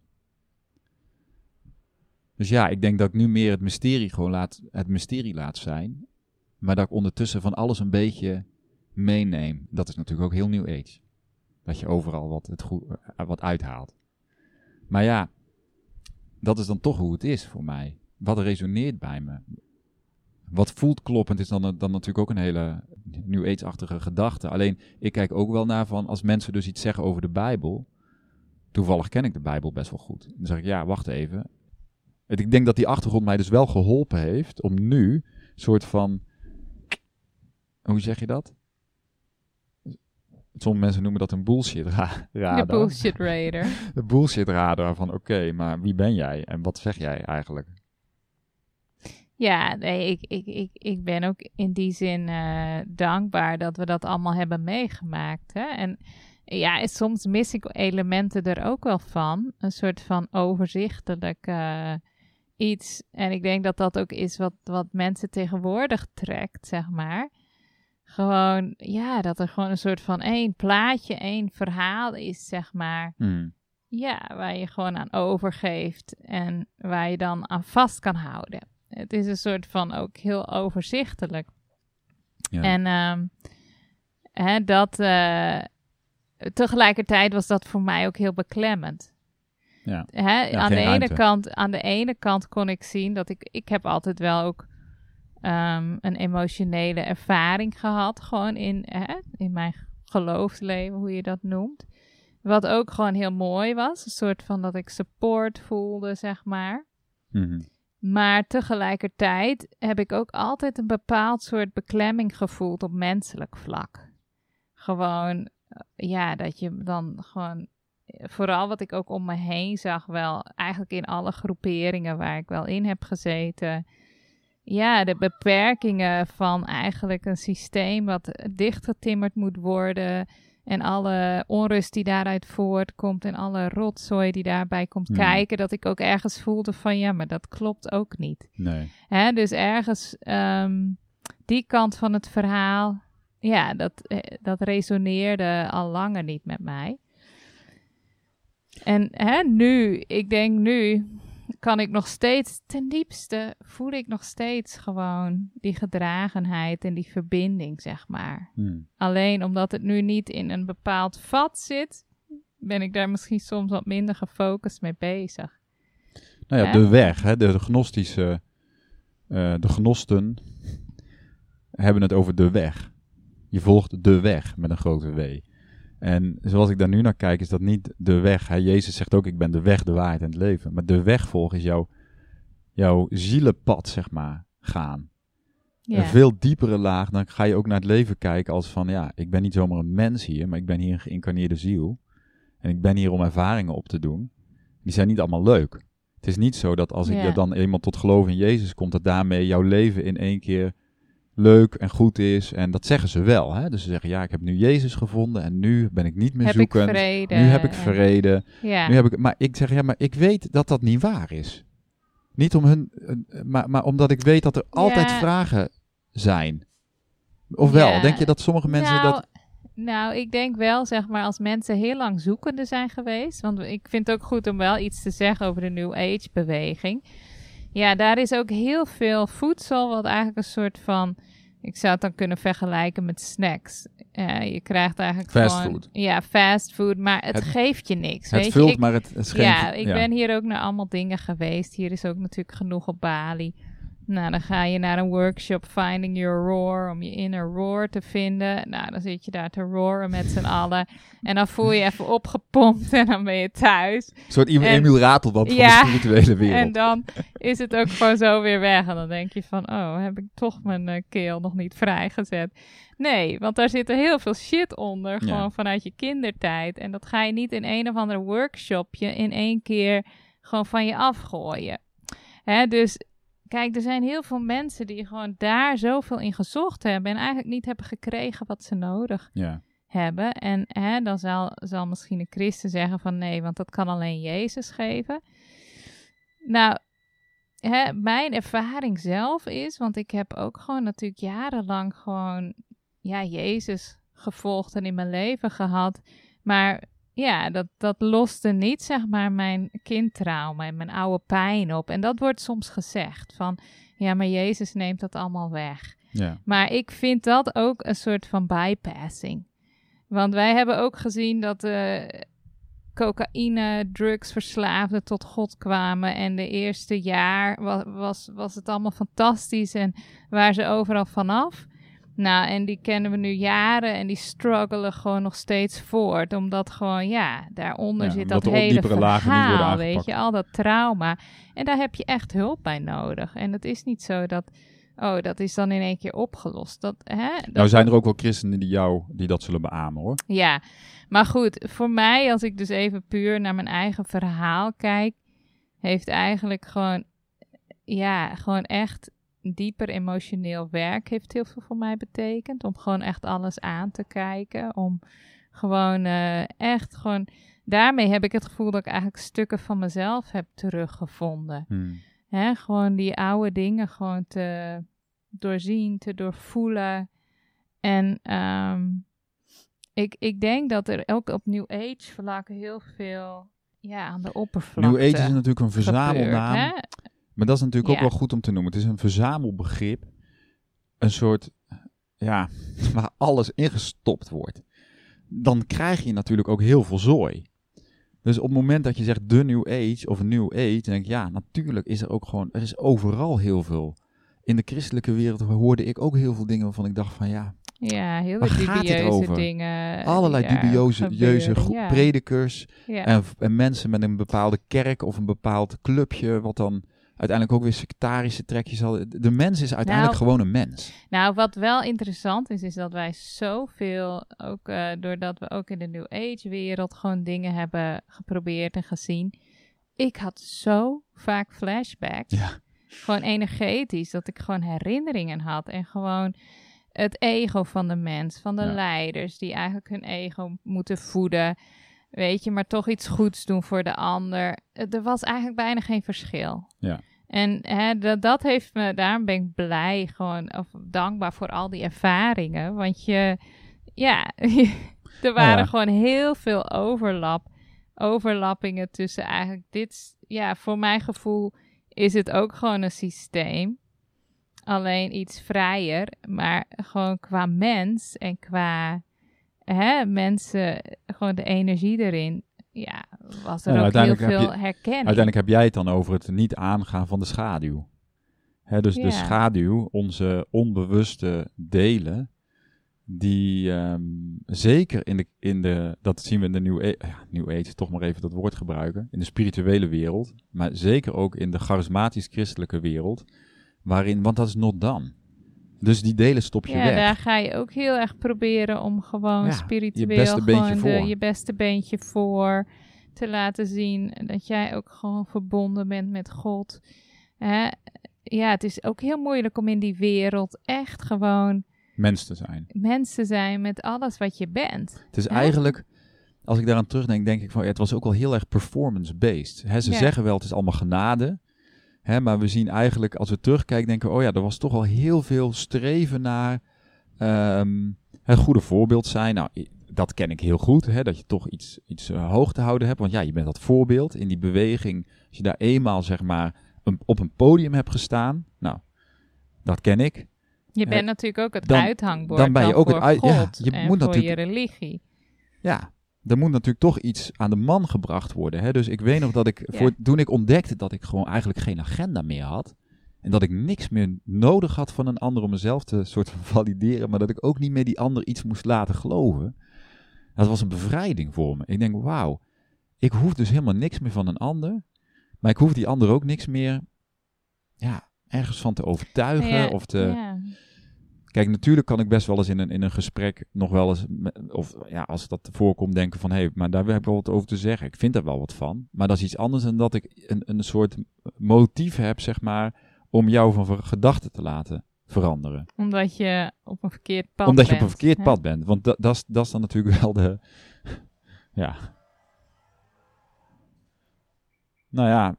Speaker 1: Dus ja, ik denk dat ik nu meer het mysterie laat zijn. Maar dat ik ondertussen van alles een beetje meeneem. Dat is natuurlijk ook heel New Age. Dat je overal wat uithaalt. Maar ja, dat is dan toch hoe het is voor mij. Wat resoneert bij me. Wat voelt kloppend is dan natuurlijk ook een hele New Age-achtige gedachte. Alleen, ik kijk ook wel naar van, als mensen dus iets zeggen over de Bijbel. Toevallig ken ik de Bijbel best wel goed. Dan zeg ik, ja, wacht even. Ik denk dat die achtergrond mij dus wel geholpen heeft om nu een soort van... Hoe zeg je dat? sommige mensen noemen dat een bullshit radar.
Speaker 2: De bullshit radar.
Speaker 1: De bullshit radar van oké, maar wie ben jij en wat zeg jij eigenlijk?
Speaker 2: Ja, nee, ik ben ook in die zin dankbaar dat we dat allemaal hebben meegemaakt. Hè? En ja, soms mis ik elementen er ook wel van. Een soort van overzichtelijk iets. En ik denk dat dat ook is wat mensen tegenwoordig trekt, zeg maar. Gewoon, ja, dat er gewoon een soort van één plaatje, één verhaal is, zeg maar. Ja, waar je gewoon aan overgeeft en waar je dan aan vast kan houden. Het is een soort van ook heel overzichtelijk. Ja. En tegelijkertijd was dat voor mij ook heel beklemmend.
Speaker 1: Ja.
Speaker 2: Aan de ene kant kon ik zien dat ik heb altijd wel ook een emotionele ervaring gehad. Gewoon in mijn geloofsleven, hoe je dat noemt. Wat ook gewoon heel mooi was. Een soort van dat ik support voelde, zeg maar.
Speaker 1: Mm-hmm.
Speaker 2: Maar tegelijkertijd heb ik ook altijd een bepaald soort beklemming gevoeld op menselijk vlak. Gewoon, ja, dat je dan gewoon, vooral wat ik ook om me heen zag wel, eigenlijk in alle groeperingen waar ik wel in heb gezeten. Ja, de beperkingen van eigenlijk een systeem wat dichtgetimmerd moet worden. En alle onrust die daaruit voortkomt en alle rotzooi die daarbij komt kijken. Dat ik ook ergens voelde van ja, maar dat klopt ook niet.
Speaker 1: Nee.
Speaker 2: Dus ergens die kant van het verhaal, ja, dat resoneerde al langer niet met mij. En ik denk nu kan ik nog steeds, ten diepste voel ik nog steeds gewoon die gedragenheid en die verbinding, zeg maar. Alleen omdat het nu niet in een bepaald vat zit, ben ik daar misschien soms wat minder gefocust mee bezig.
Speaker 1: Nou ja, de weg, de gnostische, de gnosten hebben het over de weg. Je volgt de weg met een grote W. En zoals ik daar nu naar kijk, is dat niet de weg. Jezus zegt ook, ik ben de weg, de waarheid en het leven. Maar de weg volgen is jouw zielenpad, zeg maar, gaan.
Speaker 2: Ja.
Speaker 1: Een veel diepere laag, dan ga je ook naar het leven kijken als van, ja, ik ben niet zomaar een mens hier, maar ik ben hier een geïncarneerde ziel. En ik ben hier om ervaringen op te doen. Die zijn niet allemaal leuk. Het is niet zo dat als ik dan eenmaal tot geloof in Jezus komt, dat daarmee jouw leven in één keer leuk en goed is. En dat zeggen ze wel. Hè? Dus ze zeggen, ja, ik heb nu Jezus gevonden en nu ben ik niet meer zoekend. Nu heb ik vrede.
Speaker 2: Ja.
Speaker 1: Nu heb ik, maar ik zeg, ja, maar ik weet dat dat niet waar is. Niet om hun, maar omdat ik weet dat er altijd vragen zijn. Ofwel, denk je dat sommige mensen dat...
Speaker 2: Nou, ik denk wel, zeg maar, als mensen heel lang zoekende zijn geweest. Want ik vind het ook goed om wel iets te zeggen over de New Age beweging. Ja, daar is ook heel veel voedsel, wat eigenlijk een soort van... Ik zou het dan kunnen vergelijken met snacks. Je krijgt eigenlijk
Speaker 1: fastfood.
Speaker 2: Ja, fastfood, maar het geeft je niks.
Speaker 1: Het vult, maar het is geen...
Speaker 2: Ja, ik ben hier ook naar allemaal dingen geweest. Hier is ook natuurlijk genoeg op Bali. Nou, dan ga je naar een workshop Finding Your Roar, om je inner roar te vinden. Nou, dan zit je daar te roaren met z'n allen. En dan voel je even opgepompt en dan ben je thuis.
Speaker 1: Een soort Emiel Ratelband van de spirituele wereld.
Speaker 2: En dan is het ook gewoon zo weer weg. En dan denk je van, oh, heb ik toch mijn keel nog niet vrijgezet? Nee, want daar zit er heel veel shit onder, gewoon vanuit je kindertijd. En dat ga je niet in een of ander workshopje in één keer gewoon van je afgooien. Dus... Kijk, er zijn heel veel mensen die gewoon daar zoveel in gezocht hebben en eigenlijk niet hebben gekregen wat ze nodig hebben. En dan zal misschien een christen zeggen van nee, want dat kan alleen Jezus geven. Nou, mijn ervaring zelf is, want ik heb ook gewoon natuurlijk jarenlang gewoon Jezus gevolgd en in mijn leven gehad. Maar ja, dat loste niet, zeg maar, mijn kindtrauma en mijn oude pijn op. En dat wordt soms gezegd van, ja, maar Jezus neemt dat allemaal weg.
Speaker 1: Ja.
Speaker 2: Maar ik vind dat ook een soort van bypassing. Want wij hebben ook gezien dat cocaïne, drugsverslaafden tot God kwamen. En de eerste jaar was het allemaal fantastisch en waren ze overal vanaf. Nou, en die kennen we nu jaren en die struggelen gewoon nog steeds voort. Omdat gewoon, daaronder zit dat hele verhaal, weet je, al dat trauma. En daar heb je echt hulp bij nodig. En het is niet zo dat oh, dat is dan in één keer opgelost.
Speaker 1: Nou zijn er ook wel christenen die dat zullen beamen, hoor.
Speaker 2: Ja, maar goed, voor mij, als ik dus even puur naar mijn eigen verhaal kijk, heeft eigenlijk gewoon echt dieper emotioneel werk heeft heel veel voor mij betekend. Om gewoon echt alles aan te kijken. Om gewoon daarmee heb ik het gevoel dat ik eigenlijk stukken van mezelf heb teruggevonden. Gewoon die oude dingen gewoon te doorzien, te doorvoelen. En ik denk dat er ook op New Age vlak heel veel aan de oppervlakte
Speaker 1: New Age is natuurlijk een verzamelnaam.
Speaker 2: Gebeurt,
Speaker 1: maar dat is natuurlijk ook wel goed om te noemen. Het is een verzamelbegrip. Een soort, waar alles ingestopt wordt. Dan krijg je natuurlijk ook heel veel zooi. Dus op het moment dat je zegt de New Age of New Age, dan denk ik, natuurlijk is er ook gewoon, er is overal heel veel. In de christelijke wereld hoorde ik ook heel veel dingen waarvan ik dacht van
Speaker 2: heel veel dubieuze dingen.
Speaker 1: Allerlei dubieuze predikers en mensen met een bepaalde kerk of een bepaald clubje, wat dan uiteindelijk ook weer sectarische trekjes hadden. De mens is uiteindelijk gewoon een mens.
Speaker 2: Nou, wat wel interessant is dat wij zoveel, ook doordat we ook in de New Age wereld gewoon dingen hebben geprobeerd en gezien. Ik had zo vaak flashbacks.
Speaker 1: Ja.
Speaker 2: Gewoon energetisch, dat ik gewoon herinneringen had. En gewoon het ego van de mens, van de leiders, die eigenlijk hun ego moeten voeden. Weet je, maar toch iets goeds doen voor de ander. Er was eigenlijk bijna geen verschil.
Speaker 1: Ja.
Speaker 2: En dat heeft me, daarom ben ik blij of dankbaar voor al die ervaringen. Want er waren gewoon heel veel overlappingen tussen eigenlijk voor mijn gevoel is het ook gewoon een systeem. Alleen iets vrijer, maar gewoon qua mens en qua mensen, gewoon de energie erin, was er ook heel veel herkenning.
Speaker 1: Uiteindelijk heb jij het dan over het niet aangaan van de schaduw. Dus de schaduw, onze onbewuste delen, die zeker in de, dat zien we in de New Age, toch maar even dat woord gebruiken, in de spirituele wereld, maar zeker ook in de charismatisch-christelijke wereld, want dat is not done. Dus die delen stop je weg.
Speaker 2: Ja, daar ga je ook heel erg proberen om gewoon spiritueel je beste beentje voor te laten zien. Dat jij ook gewoon verbonden bent met God. Het is ook heel moeilijk om in die wereld echt gewoon
Speaker 1: mens te zijn
Speaker 2: met alles wat je bent.
Speaker 1: Het is eigenlijk, als ik daaraan terugdenk, denk ik van, het was ook wel heel erg performance-based. Ze zeggen wel, het is allemaal genade. Maar we zien eigenlijk, als we terugkijken, denken we, er was toch al heel veel streven naar het goede voorbeeld zijn. Nou, dat ken ik heel goed, dat je toch iets hoog te houden hebt. Want je bent dat voorbeeld in die beweging. Als je daar eenmaal, zeg maar, op een podium hebt gestaan, nou, dat ken ik.
Speaker 2: Je bent natuurlijk ook het uithangbord
Speaker 1: dan ben je ook
Speaker 2: voor God
Speaker 1: je
Speaker 2: en
Speaker 1: moet
Speaker 2: voor
Speaker 1: natuurlijk,
Speaker 2: je religie.
Speaker 1: Ja, er moet natuurlijk toch iets aan de man gebracht worden. Dus ik weet nog dat toen ik ontdekte dat ik gewoon eigenlijk geen agenda meer had. En dat ik niks meer nodig had van een ander om mezelf te soort van valideren. Maar dat ik ook niet meer die ander iets moest laten geloven. Dat was een bevrijding voor me. Ik denk, wauw, ik hoef dus helemaal niks meer van een ander. Maar ik hoef die ander ook niks meer ergens van te overtuigen of te... Kijk, natuurlijk kan ik best wel eens in een gesprek nog wel eens, als dat voorkomt, denken van, maar daar heb ik wel wat over te zeggen. Ik vind daar wel wat van. Maar dat is iets anders dan dat ik een soort motief heb, zeg maar, om jou van gedachten te laten veranderen.
Speaker 2: Omdat je op een verkeerd pad
Speaker 1: bent.
Speaker 2: Op een
Speaker 1: verkeerd pad bent. Want dat is dan natuurlijk wel de... Ja. Nou ja...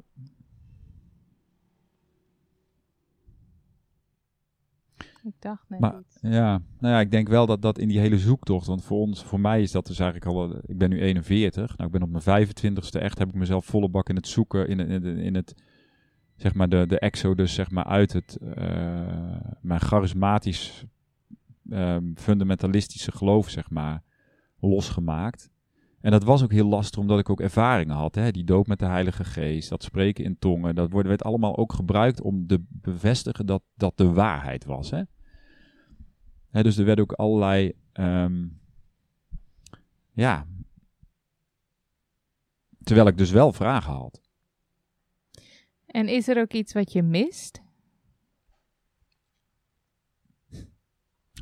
Speaker 2: Ik dacht net iets.
Speaker 1: Ik denk wel dat in die hele zoektocht, want voor mij is dat dus eigenlijk al, ik ben nu 41, nou ik ben op mijn 25ste echt, heb ik mezelf volle bak in het zoeken, in het zeg maar de exodus, zeg maar uit het, mijn charismatisch, fundamentalistische geloof, zeg maar, losgemaakt. En dat was ook heel lastig, omdat ik ook ervaringen had. Die doop met de Heilige Geest, dat spreken in tongen. Dat werd allemaal ook gebruikt om te bevestigen dat de waarheid was. Dus er werden ook allerlei... terwijl ik dus wel vragen had.
Speaker 2: En is er ook iets wat je mist?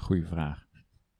Speaker 1: goede vraag.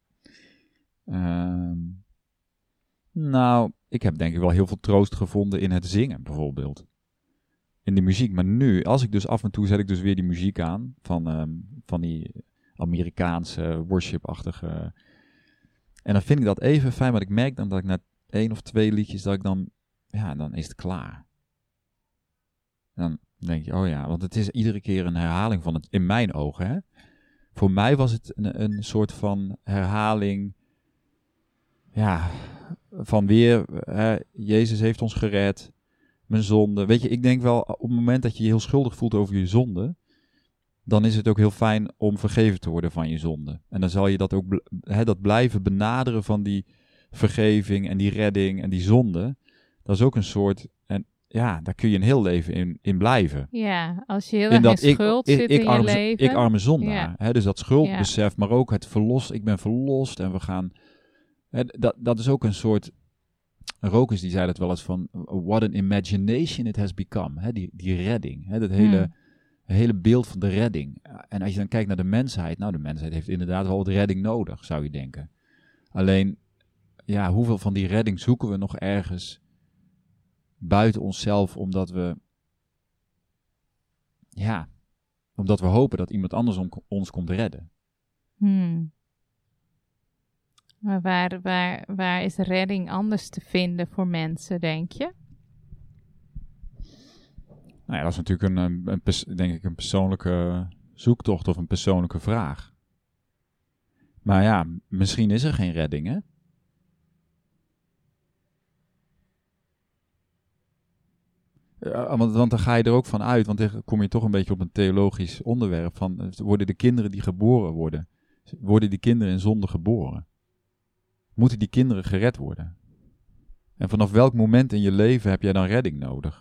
Speaker 1: Nou, ik heb denk ik wel heel veel troost gevonden in het zingen bijvoorbeeld. In de muziek. Maar nu, als ik dus af en toe zet ik dus weer die muziek aan van die Amerikaanse worship-achtige. En dan vind ik dat even fijn, maar ik merk dan dat ik na 1 of 2 liedjes dat ik dan is het klaar. Dan denk je, oh ja, want het is iedere keer een herhaling van het, in mijn ogen, hè. Voor mij was het een soort van herhaling, ja, van weer, Jezus heeft ons gered, mijn zonde. Weet je, ik denk wel, op het moment dat je je heel schuldig voelt over je zonde, dan is het ook heel fijn om vergeven te worden van je zonde. En dan zal je dat ook dat blijven benaderen van die vergeving en die redding en die zonde. Dat is ook een soort, en ja, daar kun je een heel leven in blijven.
Speaker 2: Ja, als je heel erg in schuld zit in je leven.
Speaker 1: Ik arme zondaar. Ja. Dus dat schuldbesef, maar ook het verlost. Ik ben verlost en we gaan. Dat is ook een soort. Rokers die zei dat wel eens van. What an imagination it has become. Die redding. Dat hele beeld van de redding. En als je dan kijkt naar de mensheid. Nou, de mensheid heeft inderdaad wel wat redding nodig, zou je denken. Alleen, ja, hoeveel van die redding zoeken we nog ergens buiten onszelf, omdat we hopen dat iemand anders ons komt redden.
Speaker 2: Maar waar is redding anders te vinden voor mensen, denk je?
Speaker 1: Nou ja, dat is natuurlijk een persoonlijke zoektocht of een persoonlijke vraag. Maar ja, misschien is er geen redding, hè? Want dan ga je er ook van uit, want dan kom je toch een beetje op een theologisch onderwerp van, worden de kinderen die geboren worden die kinderen in zonde geboren? Moeten die kinderen gered worden? En vanaf welk moment in je leven heb jij dan redding nodig?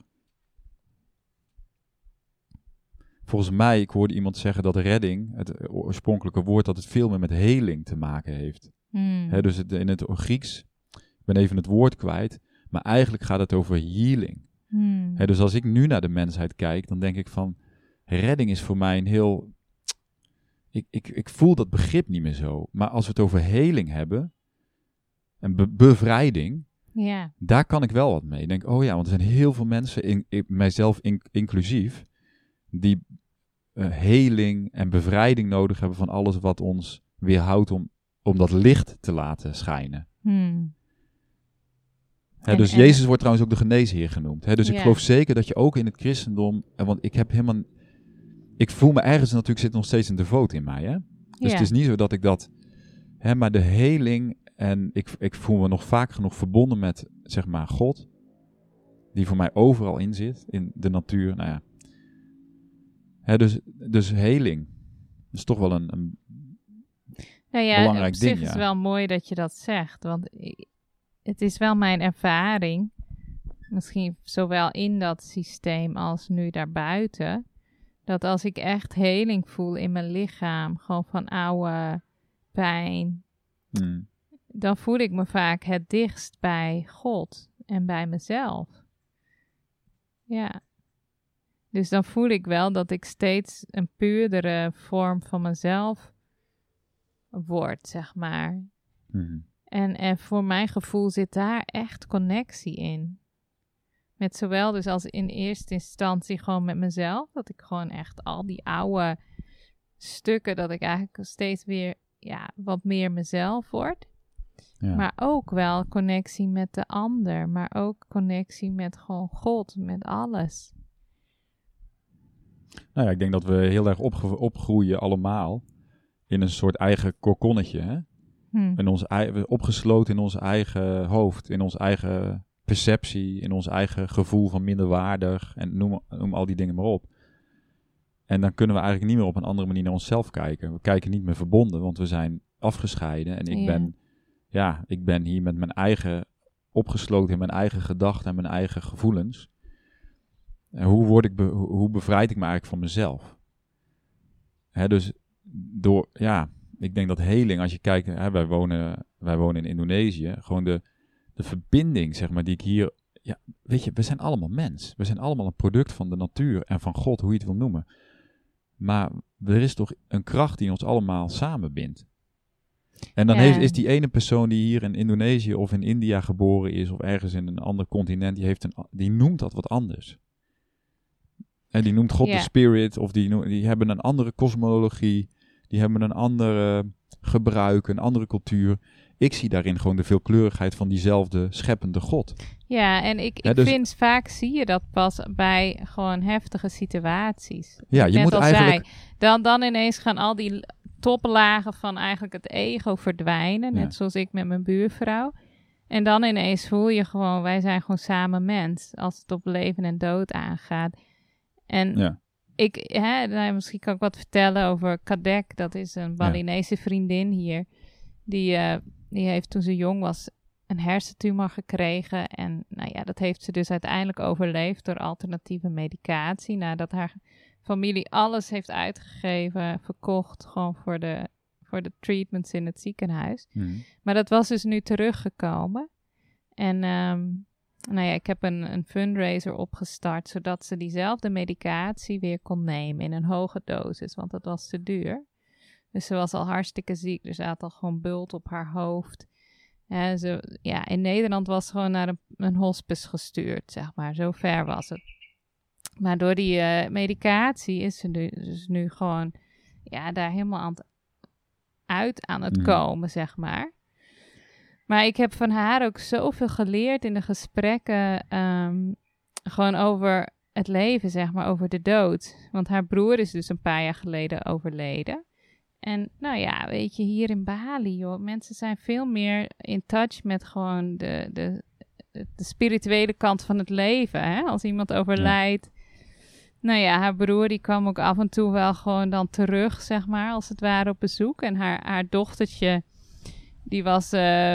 Speaker 1: Volgens mij, ik hoorde iemand zeggen dat redding, het oorspronkelijke woord, dat het veel meer met heling te maken heeft. Dus in het Grieks, ik ben even het woord kwijt, maar eigenlijk gaat het over healing. Dus als ik nu naar de mensheid kijk, dan denk ik van, redding is voor mij een heel, ik voel dat begrip niet meer zo. Maar als we het over heling hebben, en bevrijding, daar kan ik wel wat mee. Ik denk, oh ja, want er zijn heel veel mensen, mijzelf inclusief, die heling en bevrijding nodig hebben van alles wat ons weerhoudt om dat licht te laten schijnen. Dus Jezus wordt trouwens ook de geneesheer genoemd. Dus ik geloof zeker dat je ook in het christendom, want ik voel me ergens natuurlijk, zit nog steeds een devoot in mij. Hè? Dus het is niet zo dat ik dat, maar de heling, en ik voel me nog vaak genoeg verbonden met, zeg maar, God, die voor mij overal in zit, in de natuur, nou ja. Dus heling is toch wel een belangrijk ding.
Speaker 2: Op zich is het wel mooi dat je dat zegt, want het is wel mijn ervaring, misschien zowel in dat systeem als nu daarbuiten, dat als ik echt heling voel in mijn lichaam, gewoon van oude pijn, dan voel ik me vaak het dichtst bij God en bij mezelf. Ja. Dus dan voel ik wel dat ik steeds een puurdere vorm van mezelf word, zeg maar. En voor mijn gevoel zit daar echt connectie in. Met zowel dus als in eerste instantie gewoon met mezelf, dat ik gewoon echt al die oude stukken, dat ik eigenlijk steeds weer wat meer mezelf word. Ja. Maar ook wel connectie met de ander, maar ook connectie met gewoon God, met alles.
Speaker 1: Nou ja, ik denk dat we heel erg opgroeien allemaal in een soort eigen kokonnetje, hè? Opgesloten in ons eigen hoofd, in onze eigen perceptie, in ons eigen gevoel van minderwaardig en noem al die dingen maar op. En dan kunnen we eigenlijk niet meer op een andere manier naar onszelf kijken. We kijken niet meer verbonden, want we zijn afgescheiden. En ik ben hier met mijn eigen, opgesloten in mijn eigen gedachten en mijn eigen gevoelens. En hoe bevrijd ik me eigenlijk van mezelf? Dus ik denk dat heling, als je kijkt, wij wonen in Indonesië, gewoon de verbinding, zeg maar, die ik hier, weet je, we zijn allemaal mens. We zijn allemaal een product van de natuur en van God, hoe je het wil noemen. Maar er is toch een kracht die ons allemaal samenbindt. En dan is die ene persoon die hier in Indonesië of in India geboren is, of ergens in een ander continent, die noemt dat wat anders. En die noemt God de Spirit, of die hebben een andere kosmologie, die hebben een andere gebruik, een andere cultuur. Ik zie daarin gewoon de veelkleurigheid van diezelfde scheppende God.
Speaker 2: Ja, en ik vind vaak zie je dat pas bij gewoon heftige situaties.
Speaker 1: Ja, je moet eigenlijk...
Speaker 2: Dan ineens gaan al die toplagen van eigenlijk het ego verdwijnen. Net zoals ik met mijn buurvrouw. En dan ineens voel je gewoon, wij zijn gewoon samen mens. Als het op leven en dood aangaat. En misschien kan ik wat vertellen over Kadek. Dat is een Balinese vriendin hier. Die heeft toen ze jong was een hersentumor gekregen. En dat heeft ze dus uiteindelijk overleefd door alternatieve medicatie. Nadat haar familie alles heeft uitgegeven, verkocht, gewoon voor de treatments in het ziekenhuis. Maar dat was dus nu teruggekomen. En ik heb een fundraiser opgestart, zodat ze diezelfde medicatie weer kon nemen in een hoge dosis, want dat was te duur. Dus ze was al hartstikke ziek, dus ze had al gewoon bult op haar hoofd. In Nederland was ze gewoon naar een hospice gestuurd, zeg maar. Zo ver was het. Maar door die medicatie is ze dus nu gewoon daar helemaal aan het komen, zeg maar. Maar ik heb van haar ook zoveel geleerd in de gesprekken, gewoon over het leven, zeg maar, over de dood. Want haar broer is dus een paar jaar geleden overleden. En weet je, hier in Bali, joh, mensen zijn veel meer in touch met gewoon de spirituele kant van het leven. Hè? Als iemand overlijdt. Haar broer die kwam ook af en toe wel gewoon dan terug, zeg maar, als het ware op bezoek. En haar dochtertje, die was,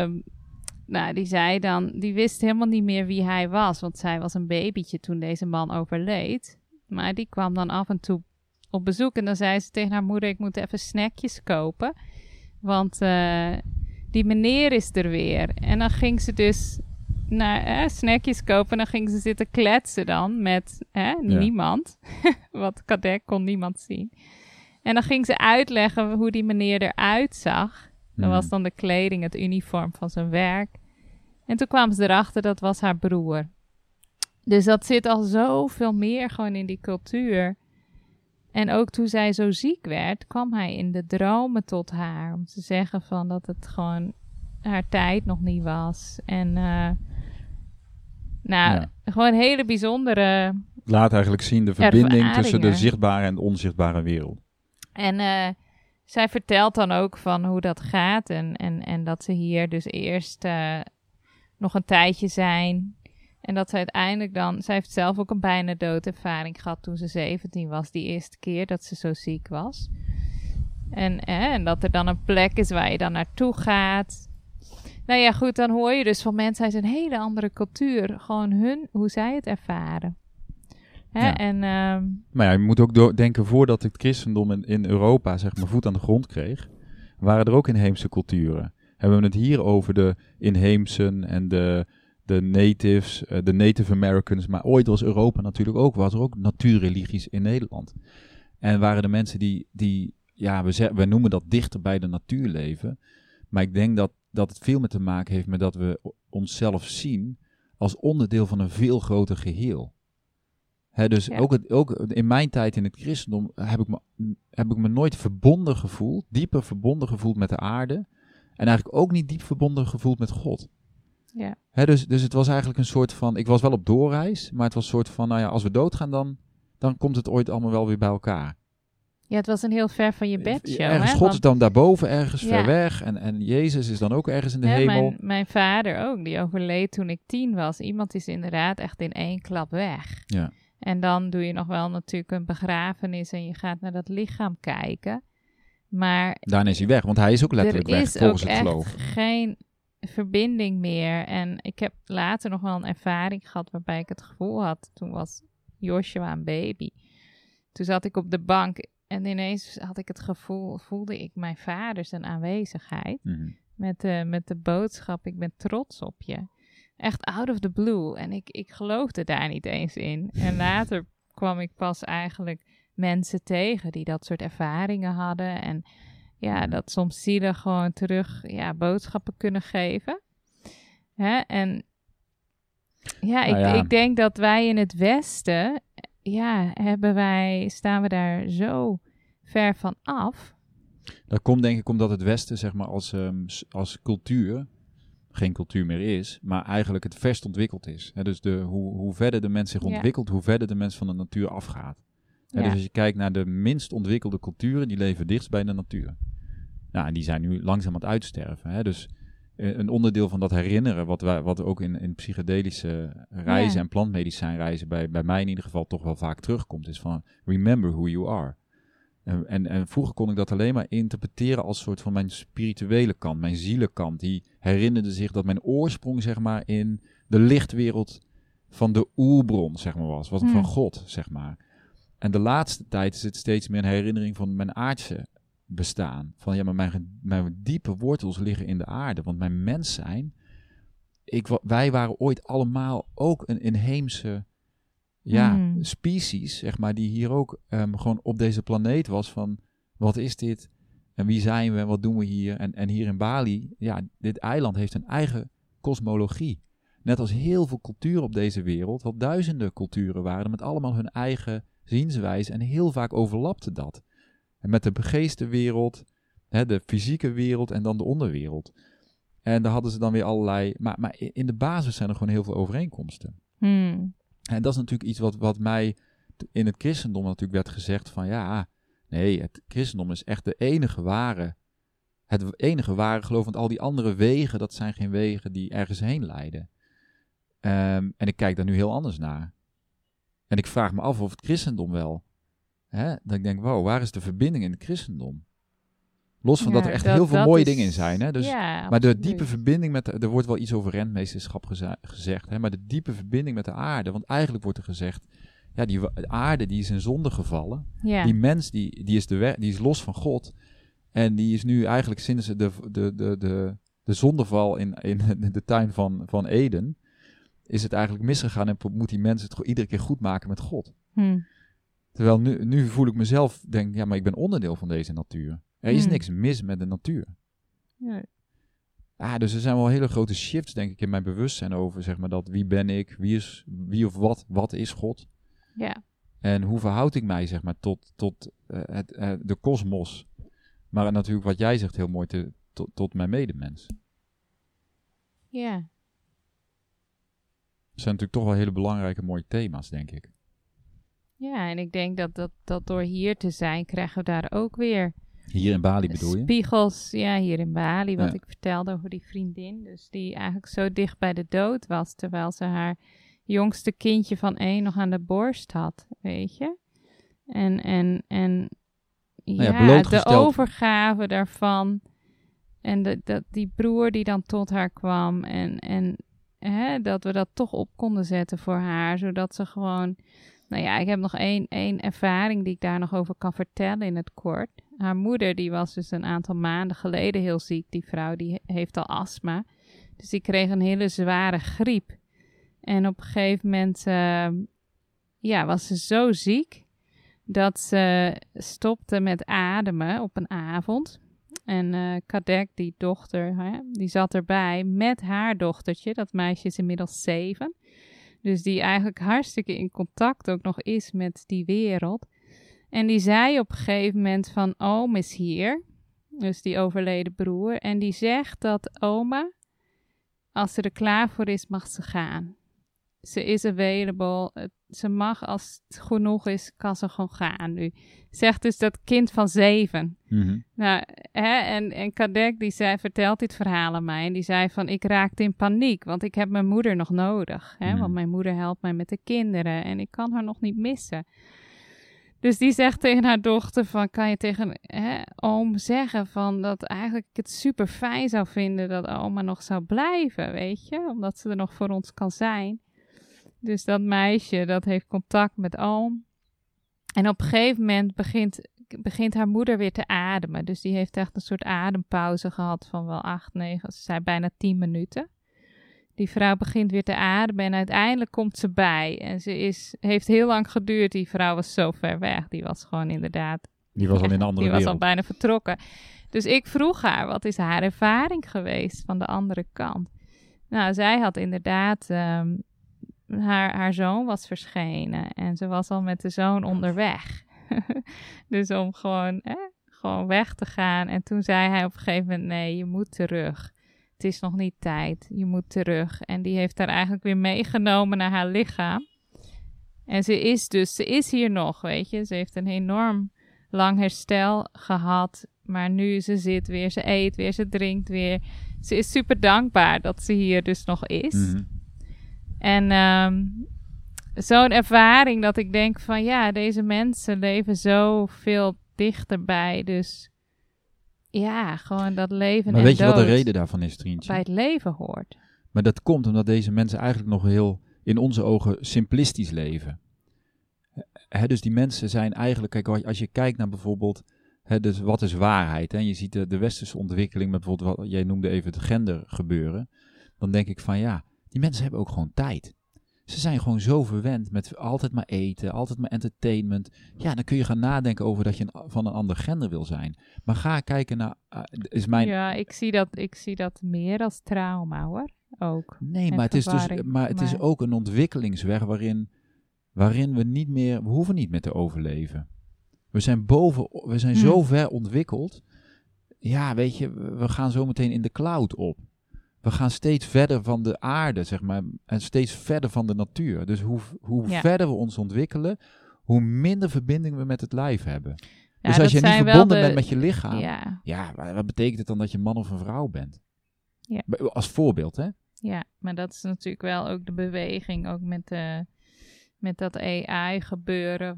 Speaker 2: die zei dan, die wist helemaal niet meer wie hij was. Want zij was een babytje toen deze man overleed. Maar die kwam dan af en toe op bezoek. En dan zei ze tegen haar moeder, ik moet even snackjes kopen. Want die meneer is er weer. En dan ging ze dus naar snackjes kopen. En dan ging ze zitten kletsen dan met niemand. Want Kadek kon niemand zien. En dan ging ze uitleggen hoe die meneer eruit zag. Dat was dan de kleding, het uniform van zijn werk. En toen kwam ze erachter, dat was haar broer. Dus dat zit al zoveel meer gewoon in die cultuur. En ook toen zij zo ziek werd, kwam hij in de dromen tot haar. Om te zeggen van dat het gewoon haar tijd nog niet was. En gewoon hele bijzondere...
Speaker 1: Laat eigenlijk zien de verbinding tussen de zichtbare en de onzichtbare wereld.
Speaker 2: En zij vertelt dan ook van hoe dat gaat. En dat ze hier dus eerst nog een tijdje zijn. En dat ze uiteindelijk dan... Zij heeft zelf ook een bijna doodervaring gehad toen ze 17 was. Die eerste keer dat ze zo ziek was. En dat er dan een plek is waar je dan naartoe gaat. Goed, dan hoor je dus van mensen uit een hele andere cultuur. Gewoon hoe zij het ervaren.
Speaker 1: Maar je moet ook denken, voordat het christendom in Europa, zeg maar, voet aan de grond kreeg, waren er ook inheemse culturen. Hebben we het hier over de inheemsen en de natives, de Native Americans, maar ooit was Europa natuurlijk ook, was er ook natuurreligies in Nederland. En waren de mensen die we noemen dat dichter bij de natuur leven, maar ik denk dat het veel met te maken heeft met dat we onszelf zien als onderdeel van een veel groter geheel. Ook in mijn tijd in het christendom heb ik me nooit verbonden gevoeld, dieper verbonden gevoeld met de aarde. En eigenlijk ook niet diep verbonden gevoeld met God. Ja. Dus het was eigenlijk een soort van, ik was wel op doorreis, maar het was een soort van, als we doodgaan dan komt het ooit allemaal wel weer bij elkaar.
Speaker 2: Ja, het was een heel ver van je bedshow.
Speaker 1: Ergens God is dan daarboven, ergens ver weg. En Jezus is dan ook ergens in de hemel.
Speaker 2: Mijn vader ook, die overleed toen ik 10 was. Iemand is inderdaad echt in 1 klap weg. Ja. En dan doe je nog wel natuurlijk een begrafenis en je gaat naar dat lichaam kijken. Maar
Speaker 1: daarna is hij weg, want hij is ook letterlijk weg volgens het geloof.
Speaker 2: Er is ook geen verbinding meer. En ik heb later nog wel een ervaring gehad waarbij ik het gevoel had, toen was Joshua een baby. Toen zat ik op de bank en ineens had ik het gevoel, voelde ik mijn vader zijn aanwezigheid. Mm-hmm. Met de boodschap, ik ben trots op je. Echt out of the blue. En ik geloofde daar niet eens in. En later kwam ik pas eigenlijk mensen tegen die dat soort ervaringen hadden. En dat soms zielen gewoon terug boodschappen kunnen geven. Hè? En ik denk dat wij in het Westen, staan we daar zo ver van af.
Speaker 1: Dat komt denk ik omdat het Westen, zeg maar, als cultuur geen cultuur meer is, maar eigenlijk het verst ontwikkeld is. Hè, dus hoe verder de mens zich ontwikkelt, hoe verder de mens van de natuur afgaat. Ja. Dus als je kijkt naar de minst ontwikkelde culturen, die leven dichtst bij de natuur. Nou, en die zijn nu langzaam aan het uitsterven. Hè? Dus een onderdeel van dat herinneren, wat ook in psychedelische reizen en plantmedicijnreizen bij mij in ieder geval toch wel vaak terugkomt, is van remember who you are. En vroeger kon ik dat alleen maar interpreteren als soort van mijn spirituele kant, mijn zielenkant. Die herinnerde zich dat mijn oorsprong, zeg maar, in de lichtwereld van de oerbron, zeg maar, was van God, zeg maar. En de laatste tijd is het steeds meer een herinnering van mijn aardse bestaan. Van maar mijn diepe wortels liggen in de aarde. Want mijn mens zijn, wij waren ooit allemaal ook een inheemse species, zeg maar, die hier ook gewoon op deze planeet was van, wat is dit? En wie zijn we? En wat doen we hier? En hier in Bali, dit eiland heeft een eigen kosmologie. Net als heel veel culturen op deze wereld, wat duizenden culturen waren, met allemaal hun eigen zienswijze. En heel vaak overlapte dat. En met de begeestenwereld, de fysieke wereld en dan de onderwereld. En daar hadden ze dan weer allerlei, maar in de basis zijn er gewoon heel veel overeenkomsten. En dat is natuurlijk iets wat mij in het christendom natuurlijk werd gezegd van het christendom is echt het enige ware geloof, want al die andere wegen, dat zijn geen wegen die ergens heen leiden. En ik kijk daar nu heel anders naar. En ik vraag me af of het christendom wel, dat ik denk, wow, waar is de verbinding in het christendom? Los van dat er echt heel veel mooie dingen in zijn. Hè? Dus, maar de diepe verbinding er wordt wel iets over rentmeesterschap gezegd. Hè? Maar de diepe verbinding met de aarde. Want eigenlijk wordt er gezegd, die aarde die is in zonde gevallen. Ja. Die mens die is los van God. En die is nu eigenlijk sinds de zondeval in de tuin van Eden, is het eigenlijk misgegaan en moet die mens het iedere keer goed maken met God. Terwijl nu voel ik mezelf, denk, maar ik ben onderdeel van deze natuur. Er is niks mis met de natuur. Nee. Dus er zijn wel hele grote shifts, denk ik, in mijn bewustzijn over, zeg maar, dat wie ben ik, wie of wat is God? Ja. En hoe verhoud ik mij, zeg maar, tot de kosmos? Maar natuurlijk wat jij zegt heel mooi, tot mijn medemens.
Speaker 2: Ja.
Speaker 1: Dat zijn natuurlijk toch wel hele belangrijke, mooie thema's, denk ik.
Speaker 2: Ja, en ik denk dat door hier te zijn, krijgen we daar ook weer...
Speaker 1: Hier in Bali bedoel je?
Speaker 2: Spiegels, hier in Bali, wat ik vertelde over die vriendin. Dus die eigenlijk zo dicht bij de dood was, terwijl ze haar jongste kindje van 1 nog aan de borst had, weet je. En de overgave daarvan. En die broer die dan tot haar kwam. En dat we dat toch op konden zetten voor haar, zodat ze gewoon... ik heb nog één ervaring die ik daar nog over kan vertellen in het kort. Haar moeder, die was dus een aantal maanden geleden heel ziek. Die vrouw, die heeft al astma. Dus die kreeg een hele zware griep. En op een gegeven moment was ze zo ziek dat ze stopte met ademen op een avond. En Kadek, die dochter, die zat erbij met haar dochtertje. Dat meisje is inmiddels 7. Dus die eigenlijk hartstikke in contact ook nog is met die wereld. En die zei op een gegeven moment van, oom is hier. Dus die overleden broer. En die zegt dat oma, als ze er klaar voor is, mag ze gaan. Ze is available. Ze mag, als het genoeg is, kan ze gewoon gaan nu. Zegt dus dat kind van 7. Mm-hmm. Nou, en Kadek, die vertelt dit verhaal aan mij. En die zei van, ik raakte in paniek, want ik heb mijn moeder nog nodig. Want mijn moeder helpt mij met de kinderen en ik kan haar nog niet missen. Dus die zegt tegen haar dochter van, kan je tegen oom zeggen van dat eigenlijk ik het super fijn zou vinden dat oma nog zou blijven, weet je? Omdat ze er nog voor ons kan zijn. Dus dat meisje, dat heeft contact met oom. En op een gegeven moment begint haar moeder weer te ademen. Dus die heeft echt een soort adempauze gehad van wel 8, 9, ze zei bijna 10 minuten. Die vrouw begint weer te ademen en uiteindelijk komt ze bij. En heeft heel lang geduurd. Die vrouw was zo ver weg. Die was gewoon inderdaad...
Speaker 1: Die was al in een andere wereld.
Speaker 2: Die was al bijna vertrokken. Dus ik vroeg haar, wat is haar ervaring geweest van de andere kant? Nou, zij had inderdaad, haar zoon was verschenen en ze was al met de zoon onderweg. Dus om gewoon weg te gaan. En toen zei hij op een gegeven moment, nee, je moet terug. Het is nog niet tijd, je moet terug. En die heeft haar eigenlijk weer meegenomen naar haar lichaam. En ze is hier nog, weet je. Ze heeft een enorm lang herstel gehad. Maar nu, ze zit weer, ze eet weer, ze drinkt weer. Ze is super dankbaar dat ze hier dus nog is. Mm-hmm. En zo'n ervaring dat ik denk van ja, deze mensen leven zo veel dichterbij. Dus ja, gewoon dat leven
Speaker 1: maar
Speaker 2: en
Speaker 1: weet je
Speaker 2: dood
Speaker 1: wat de reden daarvan is, Trientje?
Speaker 2: bij het leven hoort.
Speaker 1: Maar dat komt omdat deze mensen eigenlijk nog heel, in onze ogen, simplistisch leven. Dus die mensen zijn eigenlijk, kijk, als je kijkt naar bijvoorbeeld, dus wat is waarheid? En je ziet de westerse ontwikkeling met bijvoorbeeld, wat jij noemde even het gender gebeuren. Dan denk ik van ja, die mensen hebben ook gewoon tijd. Ze zijn gewoon zo verwend met altijd maar eten, altijd maar entertainment. Ja, dan kun je gaan nadenken over dat je van een ander gender wil zijn. Maar ga kijken naar,
Speaker 2: Ja, ik zie dat meer als trauma, hoor. Ook.
Speaker 1: Nee, maar het is ook een ontwikkelingsweg waarin we hoeven niet meer te overleven. We zijn zo ver ontwikkeld. Ja, weet je, we gaan zo meteen in de cloud op. We gaan steeds verder van de aarde, zeg maar, en steeds verder van de natuur. Dus hoe verder we ons ontwikkelen, hoe minder verbinding we met het lijf hebben. Ja, dus als je niet verbonden bent met je lichaam, wat betekent het dan dat je man of een vrouw bent? Ja. Als voorbeeld, hè?
Speaker 2: Ja, maar dat is natuurlijk wel ook de beweging, ook met dat AI gebeuren,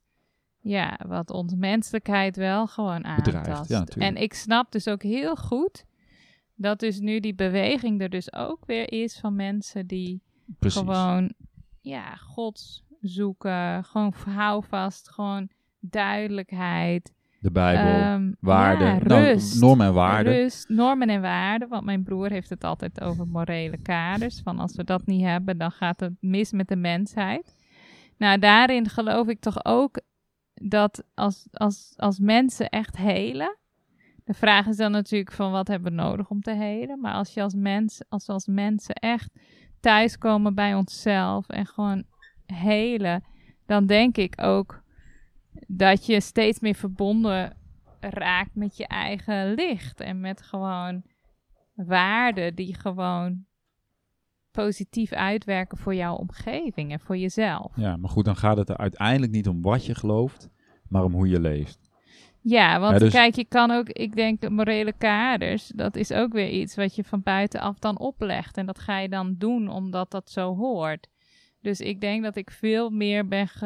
Speaker 2: wat onze menselijkheid wel gewoon aantast.
Speaker 1: Ja,
Speaker 2: en ik snap dus ook heel goed dat dus nu die beweging er dus ook weer is van mensen die gewoon, God zoeken, gewoon houvast, gewoon duidelijkheid.
Speaker 1: De Bijbel, waarden,
Speaker 2: rust,
Speaker 1: normen en waarden.
Speaker 2: Rust, normen en waarden, want mijn broer heeft het altijd over morele kaders. Van als we dat niet hebben, dan gaat het mis met de mensheid. Nou, daarin geloof ik toch ook dat als mensen echt helen. De vraag is dan natuurlijk van wat hebben we nodig om te helen. Maar als je als mensen echt thuiskomen bij onszelf en gewoon helen, dan denk ik ook dat je steeds meer verbonden raakt met je eigen licht. En met gewoon waarden die gewoon positief uitwerken voor jouw omgeving en voor jezelf.
Speaker 1: Ja, maar goed, dan gaat het er uiteindelijk niet om wat je gelooft, maar om hoe je leeft.
Speaker 2: Ja, want kijk, je kan ook, ik denk de morele kaders, dat is ook weer iets wat je van buitenaf dan oplegt. En dat ga je dan doen omdat dat zo hoort. Dus ik denk dat ik veel meer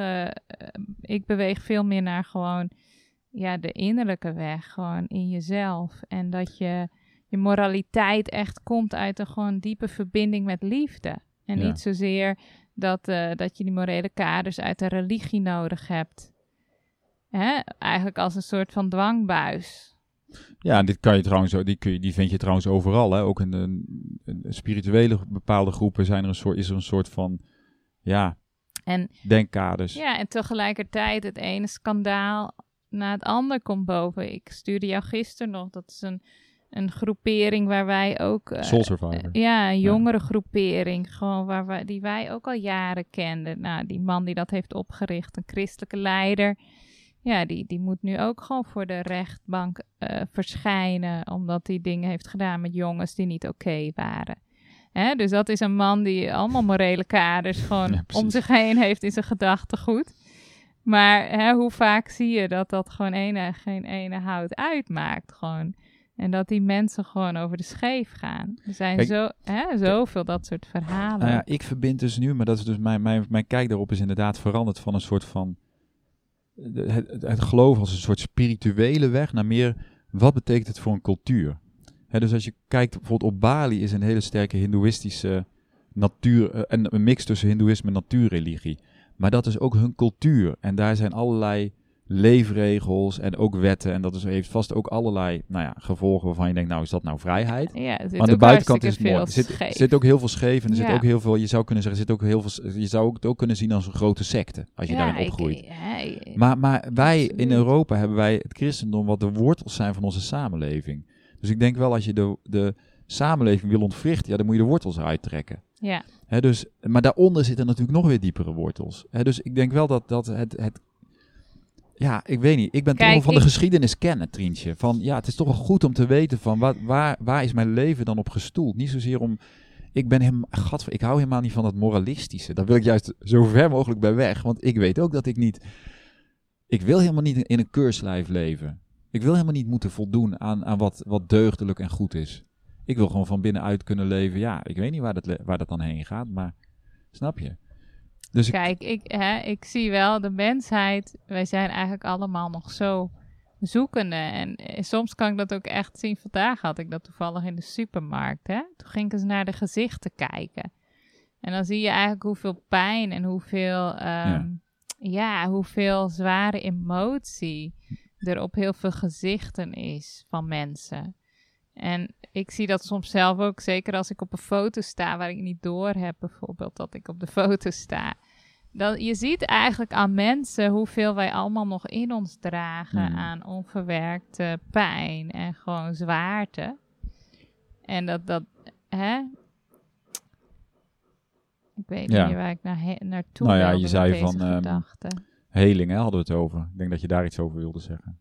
Speaker 2: ik beweeg veel meer naar gewoon, de innerlijke weg, gewoon in jezelf. En dat je moraliteit echt komt uit een gewoon diepe verbinding met liefde. En niet zozeer dat je die morele kaders uit de religie nodig hebt. Eigenlijk als een soort van dwangbuis.
Speaker 1: Ja, dit kan je trouwens, die vind je trouwens overal. Hè? Ook in de spirituele bepaalde groepen is er een soort van denkkaders.
Speaker 2: Ja, en tegelijkertijd het ene schandaal na het ander komt boven. Ik stuurde jou gisteren nog, dat is een groepering waar wij ook...
Speaker 1: Soul Survivor.
Speaker 2: Een jongere groepering, gewoon die wij ook al jaren kenden. Nou, die man die dat heeft opgericht, een christelijke leider. Ja, die moet nu ook gewoon voor de rechtbank verschijnen, omdat hij dingen heeft gedaan met jongens die niet oké waren. Dus dat is een man die allemaal morele kaders gewoon om zich heen heeft in zijn gedachtegoed. Maar hoe vaak zie je dat gewoon geen ene hout uitmaakt gewoon. En dat die mensen gewoon over de scheef gaan. Er zijn zoveel dat soort verhalen.
Speaker 1: Nou ja, ik verbind dus nu, maar dat is dus mijn kijk daarop is inderdaad veranderd van een soort van het geloof als een soort spirituele weg naar meer, wat betekent het voor een cultuur? Dus als je kijkt, bijvoorbeeld op Bali is een hele sterke hindoeïstische natuur, en een mix tussen hindoeïsme en natuurreligie. Maar dat is ook hun cultuur. En daar zijn allerlei leefregels en ook wetten. En dat heeft vast ook allerlei gevolgen waarvan je denkt, nou is dat nou vrijheid?
Speaker 2: Ja,
Speaker 1: maar aan de buitenkant is het mooi. Er zit ook heel veel scheef en er zit ook heel veel, je zou kunnen zeggen, je zou het ook kunnen zien als een grote secte, als je daarin opgroeit. Maar wij in Europa hebben wij het christendom wat de wortels zijn van onze samenleving. Dus ik denk wel, als je de samenleving wil ontwrichten, dan moet je de wortels eruit trekken.
Speaker 2: Ja.
Speaker 1: Maar daaronder zitten natuurlijk nog weer diepere wortels. Dus ik denk wel dat het ja, ik weet niet. Ik ben toch van de geschiedenis kennen, Trientje. Van ja, het is toch wel goed om te weten van waar is mijn leven dan op gestoeld. Niet zozeer om... Ik hou helemaal niet van dat moralistische. Daar wil ik juist zo ver mogelijk bij weg. Want ik weet ook dat ik niet... Ik wil helemaal niet in een keurslijf leven. Ik wil helemaal niet moeten voldoen aan wat deugdelijk en goed is. Ik wil gewoon van binnenuit kunnen leven. Ja, ik weet niet waar dat dan heen gaat, maar snap je? Dus
Speaker 2: kijk, ik zie wel de mensheid. Wij zijn eigenlijk allemaal nog zo zoekende. En soms kan ik dat ook echt zien. Vandaag had ik dat toevallig in de supermarkt. Toen ging ik eens naar de gezichten kijken. En dan zie je eigenlijk hoeveel pijn en hoeveel zware emotie er op heel veel gezichten is van mensen. En ik zie dat soms zelf ook, zeker als ik op een foto sta waar ik niet door heb, bijvoorbeeld dat ik op de foto sta. Je ziet eigenlijk aan mensen hoeveel wij allemaal nog in ons dragen aan onverwerkte pijn en gewoon zwaarte. En ik weet niet meer waar ik naartoe wilde.
Speaker 1: Je zei van heling, hadden we het over. Ik denk dat je daar iets over wilde zeggen.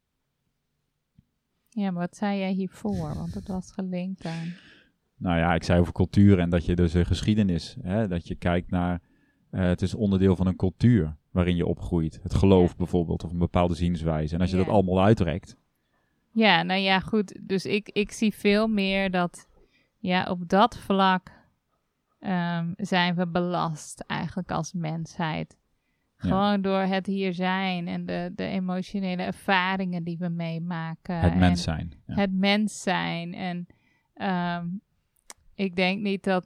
Speaker 2: Ja, maar wat zei jij hiervoor? Want het was gelinkt aan...
Speaker 1: Nou ja, ik zei over cultuur en dat je dus geschiedenis, dat je kijkt naar... het is onderdeel van een cultuur waarin je opgroeit. Het geloof bijvoorbeeld, of een bepaalde zienswijze. En als je dat allemaal uitrekt...
Speaker 2: Ja, nou ja, goed. Dus ik zie veel meer dat... Ja, op dat vlak zijn we belast eigenlijk als mensheid. Gewoon door het hier zijn en de emotionele ervaringen die we meemaken.
Speaker 1: Het mens zijn.
Speaker 2: Ja. Het mens zijn. En ik denk niet dat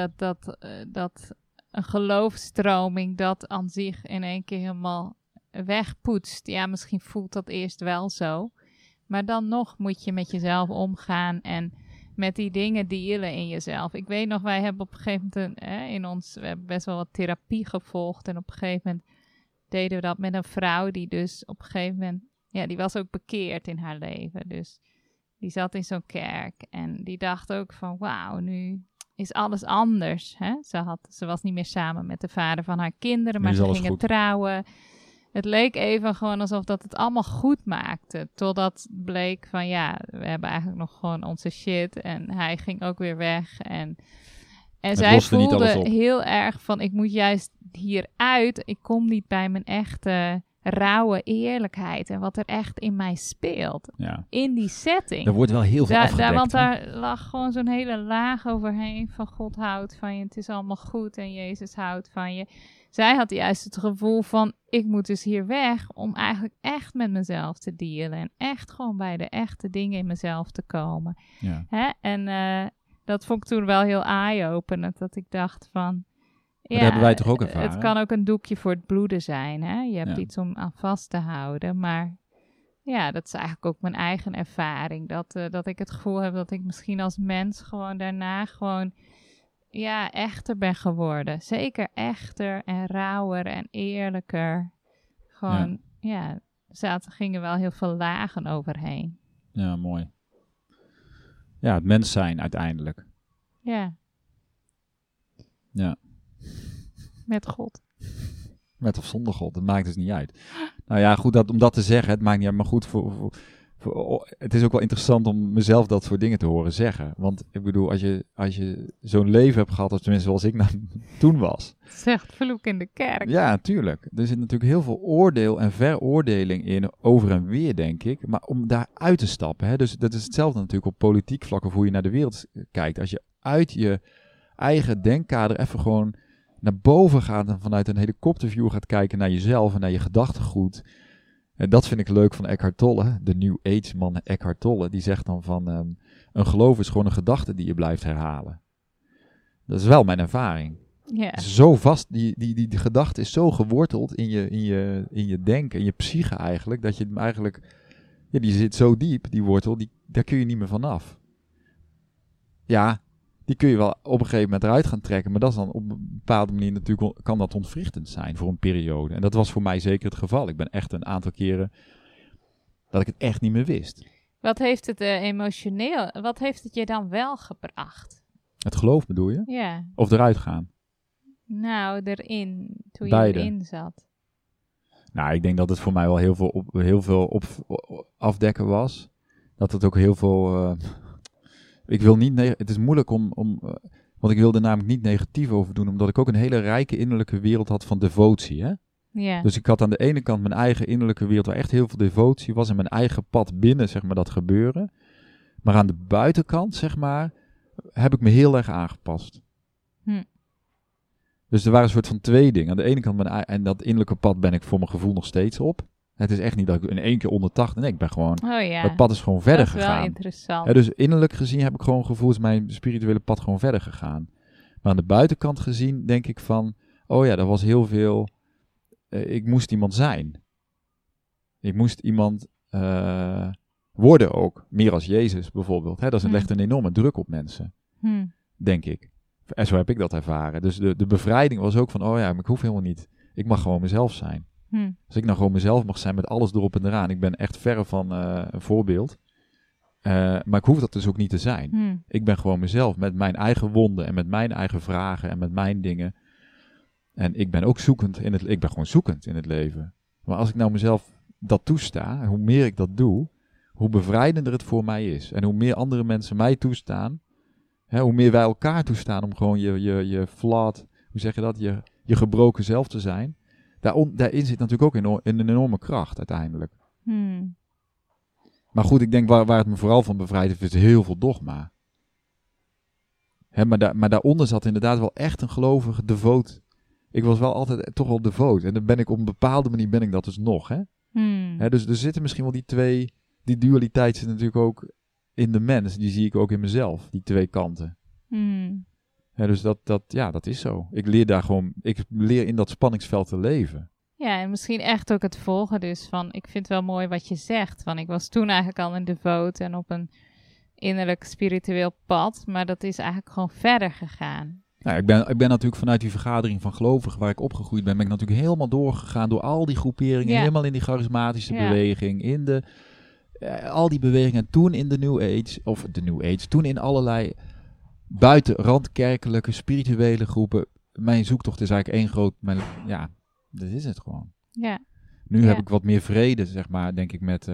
Speaker 2: een geloofsstroming dat aan zich in één keer helemaal wegpoetst. Ja, misschien voelt dat eerst wel zo. Maar dan nog moet je met jezelf omgaan en met die dingen dealen in jezelf. Ik weet nog, wij hebben op een gegeven moment we hebben best wel wat therapie gevolgd. En op een gegeven moment deden we dat met een vrouw die dus op een gegeven moment... Ja, die was ook bekeerd in haar leven. Dus die zat in zo'n kerk. En die dacht ook van, wauw, nu is alles anders. Hè? Ze was niet meer samen met de vader van haar kinderen, maar ze gingen trouwen. Het leek even gewoon alsof dat het allemaal goed maakte. Totdat bleek van, ja, we hebben eigenlijk nog gewoon onze shit. En hij ging ook weer weg. En zij voelde heel erg van, ik moet juist hieruit. Ik kom niet bij mijn echte rauwe eerlijkheid. En wat er echt in mij speelt. Ja. In die setting.
Speaker 1: Er wordt wel heel veel afgedekt.
Speaker 2: Want daar lag gewoon zo'n hele laag overheen. Van God houdt van je. Het is allemaal goed. En Jezus houdt van je. Zij had juist het gevoel van, ik moet dus hier weg om eigenlijk echt met mezelf te dealen. En echt gewoon bij de echte dingen in mezelf te komen. Ja. En dat vond ik toen wel heel eye-openend. Dat ik dacht van...
Speaker 1: Maar dat hebben wij toch ook ervaren?
Speaker 2: Het kan ook een doekje voor het bloeden zijn. Hè? Je hebt iets om aan vast te houden. Maar ja, dat is eigenlijk ook mijn eigen ervaring. Dat ik het gevoel heb dat ik misschien als mens gewoon daarna gewoon... Ja, echter ben geworden. Zeker echter en rauwer en eerlijker. Gewoon, gingen wel heel veel lagen overheen.
Speaker 1: Ja, mooi. Ja, het mens zijn uiteindelijk.
Speaker 2: Ja.
Speaker 1: Ja.
Speaker 2: Met God.
Speaker 1: Met of zonder God, dat maakt dus niet uit. Nou ja, goed, om dat te zeggen, het maakt niet uit, maar goed, het is ook wel interessant om mezelf dat soort dingen te horen zeggen. Want ik bedoel, als je zo'n leven hebt gehad, of tenminste zoals ik toen was.
Speaker 2: Zegt vloek in de kerk.
Speaker 1: Ja, tuurlijk. Er zit natuurlijk heel veel oordeel en veroordeling in, over en weer, denk ik. Maar om daar uit te stappen, hè, dus dat is hetzelfde natuurlijk op politiek vlak of hoe je naar de wereld kijkt. Als je uit je eigen denkkader even gewoon naar boven gaat en vanuit een helikopterview gaat kijken naar jezelf en naar je gedachtegoed. En dat vind ik leuk van Eckhart Tolle, de New Age man Eckhart Tolle. Die zegt dan van, een geloof is gewoon een gedachte die je blijft herhalen. Dat is wel mijn ervaring. Zo vast, die gedachte is zo geworteld in je denken, in je psyche eigenlijk, dat je hem eigenlijk, die zit zo diep, die wortel, daar kun je niet meer vanaf. Ja, die kun je wel op een gegeven moment eruit gaan trekken, maar dat is dan op een bepaalde manier natuurlijk, kan dat ontwrichtend zijn voor een periode. En dat was voor mij zeker het geval. Ik ben echt een aantal keren dat ik het echt niet meer wist.
Speaker 2: Wat heeft het emotioneel, wat heeft het je dan wel gebracht?
Speaker 1: Het geloof bedoel je?
Speaker 2: Ja.
Speaker 1: Of eruit gaan?
Speaker 2: Nou, erin, toen je
Speaker 1: Beide.
Speaker 2: erin zat.
Speaker 1: Nou, ik denk dat het voor mij wel heel veel afdekken was. Dat het ook heel veel... ik wil niet... Het is moeilijk want ik wilde er namelijk niet negatief over doen, omdat ik ook een hele rijke innerlijke wereld had van devotie, hè?
Speaker 2: Ja.
Speaker 1: Dus ik had aan de ene kant mijn eigen innerlijke wereld, waar echt heel veel devotie was, en mijn eigen pad binnen, zeg maar, dat gebeuren. Maar aan de buitenkant, zeg maar, heb ik me heel erg aangepast. Dus er waren een soort van twee dingen. Aan de ene kant, en dat innerlijke pad ben ik voor mijn gevoel nog steeds op. Het is echt niet dat ik in één keer onder 80... Nee, ik ben gewoon... Het pad is gewoon verder gegaan.
Speaker 2: Dat is wel interessant.
Speaker 1: Ja, dus innerlijk gezien heb ik gewoon gevoel, is mijn spirituele pad gewoon verder gegaan. Maar aan de buitenkant gezien denk ik van... Oh ja, dat was heel veel... ik moest iemand zijn. Ik moest iemand worden ook. Meer als Jezus bijvoorbeeld. Hè? Dat legt een enorme druk op mensen. Denk ik. En zo heb ik dat ervaren. Dus de bevrijding was ook van... Oh ja, maar ik hoef helemaal niet. Ik mag gewoon mezelf zijn. Als ik nou gewoon mezelf mag zijn met alles erop en eraan. Ik ben echt verre van een voorbeeld. Maar ik hoef dat dus ook niet te zijn. Ik ben gewoon mezelf met mijn eigen wonden en met mijn eigen vragen en met mijn dingen. En ik ben ook zoekend ik ben gewoon zoekend in het leven. Maar als ik nou mezelf dat toesta, hoe meer ik dat doe, hoe bevrijdender het voor mij is. En hoe meer andere mensen mij toestaan, hoe meer wij elkaar toestaan om gewoon je flawed, hoe zeg je dat, je gebroken zelf te zijn. Daarin zit natuurlijk ook een enorme kracht uiteindelijk. Maar goed, ik denk waar het me vooral van bevrijd heeft, is heel veel dogma. Maar daaronder zat inderdaad wel echt een gelovige devoot. Ik was wel altijd toch wel devoot. En dan ben ik op een bepaalde manier ben ik dat dus nog. Dus er zitten misschien wel die dualiteit zit natuurlijk ook in de mens. Die zie ik ook in mezelf, die twee kanten. Dus dat is zo. Ik leer in dat spanningsveld te leven.
Speaker 2: Ja, en misschien echt ook het volgen dus van, ik vind het wel mooi wat je zegt. Van, ik was toen eigenlijk al een devoot en op een innerlijk spiritueel pad, maar dat is eigenlijk gewoon verder gegaan.
Speaker 1: Nou, ik ben natuurlijk vanuit die vergadering van gelovigen waar ik opgegroeid ben ik natuurlijk helemaal doorgegaan door al die groeperingen, helemaal in die charismatische beweging, in al die bewegingen, toen in de New Age, toen in allerlei buiten randkerkelijke, spirituele groepen. Mijn zoektocht is eigenlijk één groot, dat is het gewoon.
Speaker 2: Ja.
Speaker 1: Nu heb ik wat meer vrede, zeg maar, denk ik, met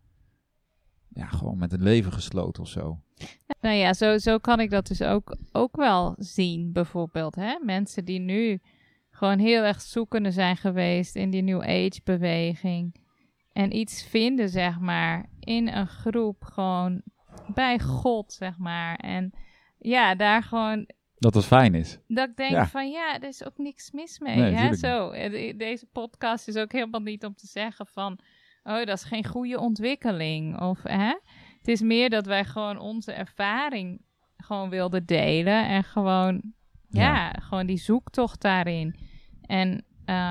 Speaker 1: gewoon met het leven gesloten of zo.
Speaker 2: Nou ja, zo kan ik dat dus ook wel zien, bijvoorbeeld. Mensen die nu gewoon heel erg zoekende zijn geweest in die New Age beweging. En iets vinden, zeg maar, in een groep, gewoon bij God, zeg maar. En ja, daar gewoon...
Speaker 1: Dat het fijn is.
Speaker 2: Dat ik denk van, er is ook niks mis mee.
Speaker 1: Nee,
Speaker 2: Zo, deze podcast is ook helemaal niet om te zeggen van... Oh, dat is geen goede ontwikkeling. Of, Het is meer dat wij gewoon onze ervaring gewoon wilden delen. En gewoon, gewoon die zoektocht daarin. En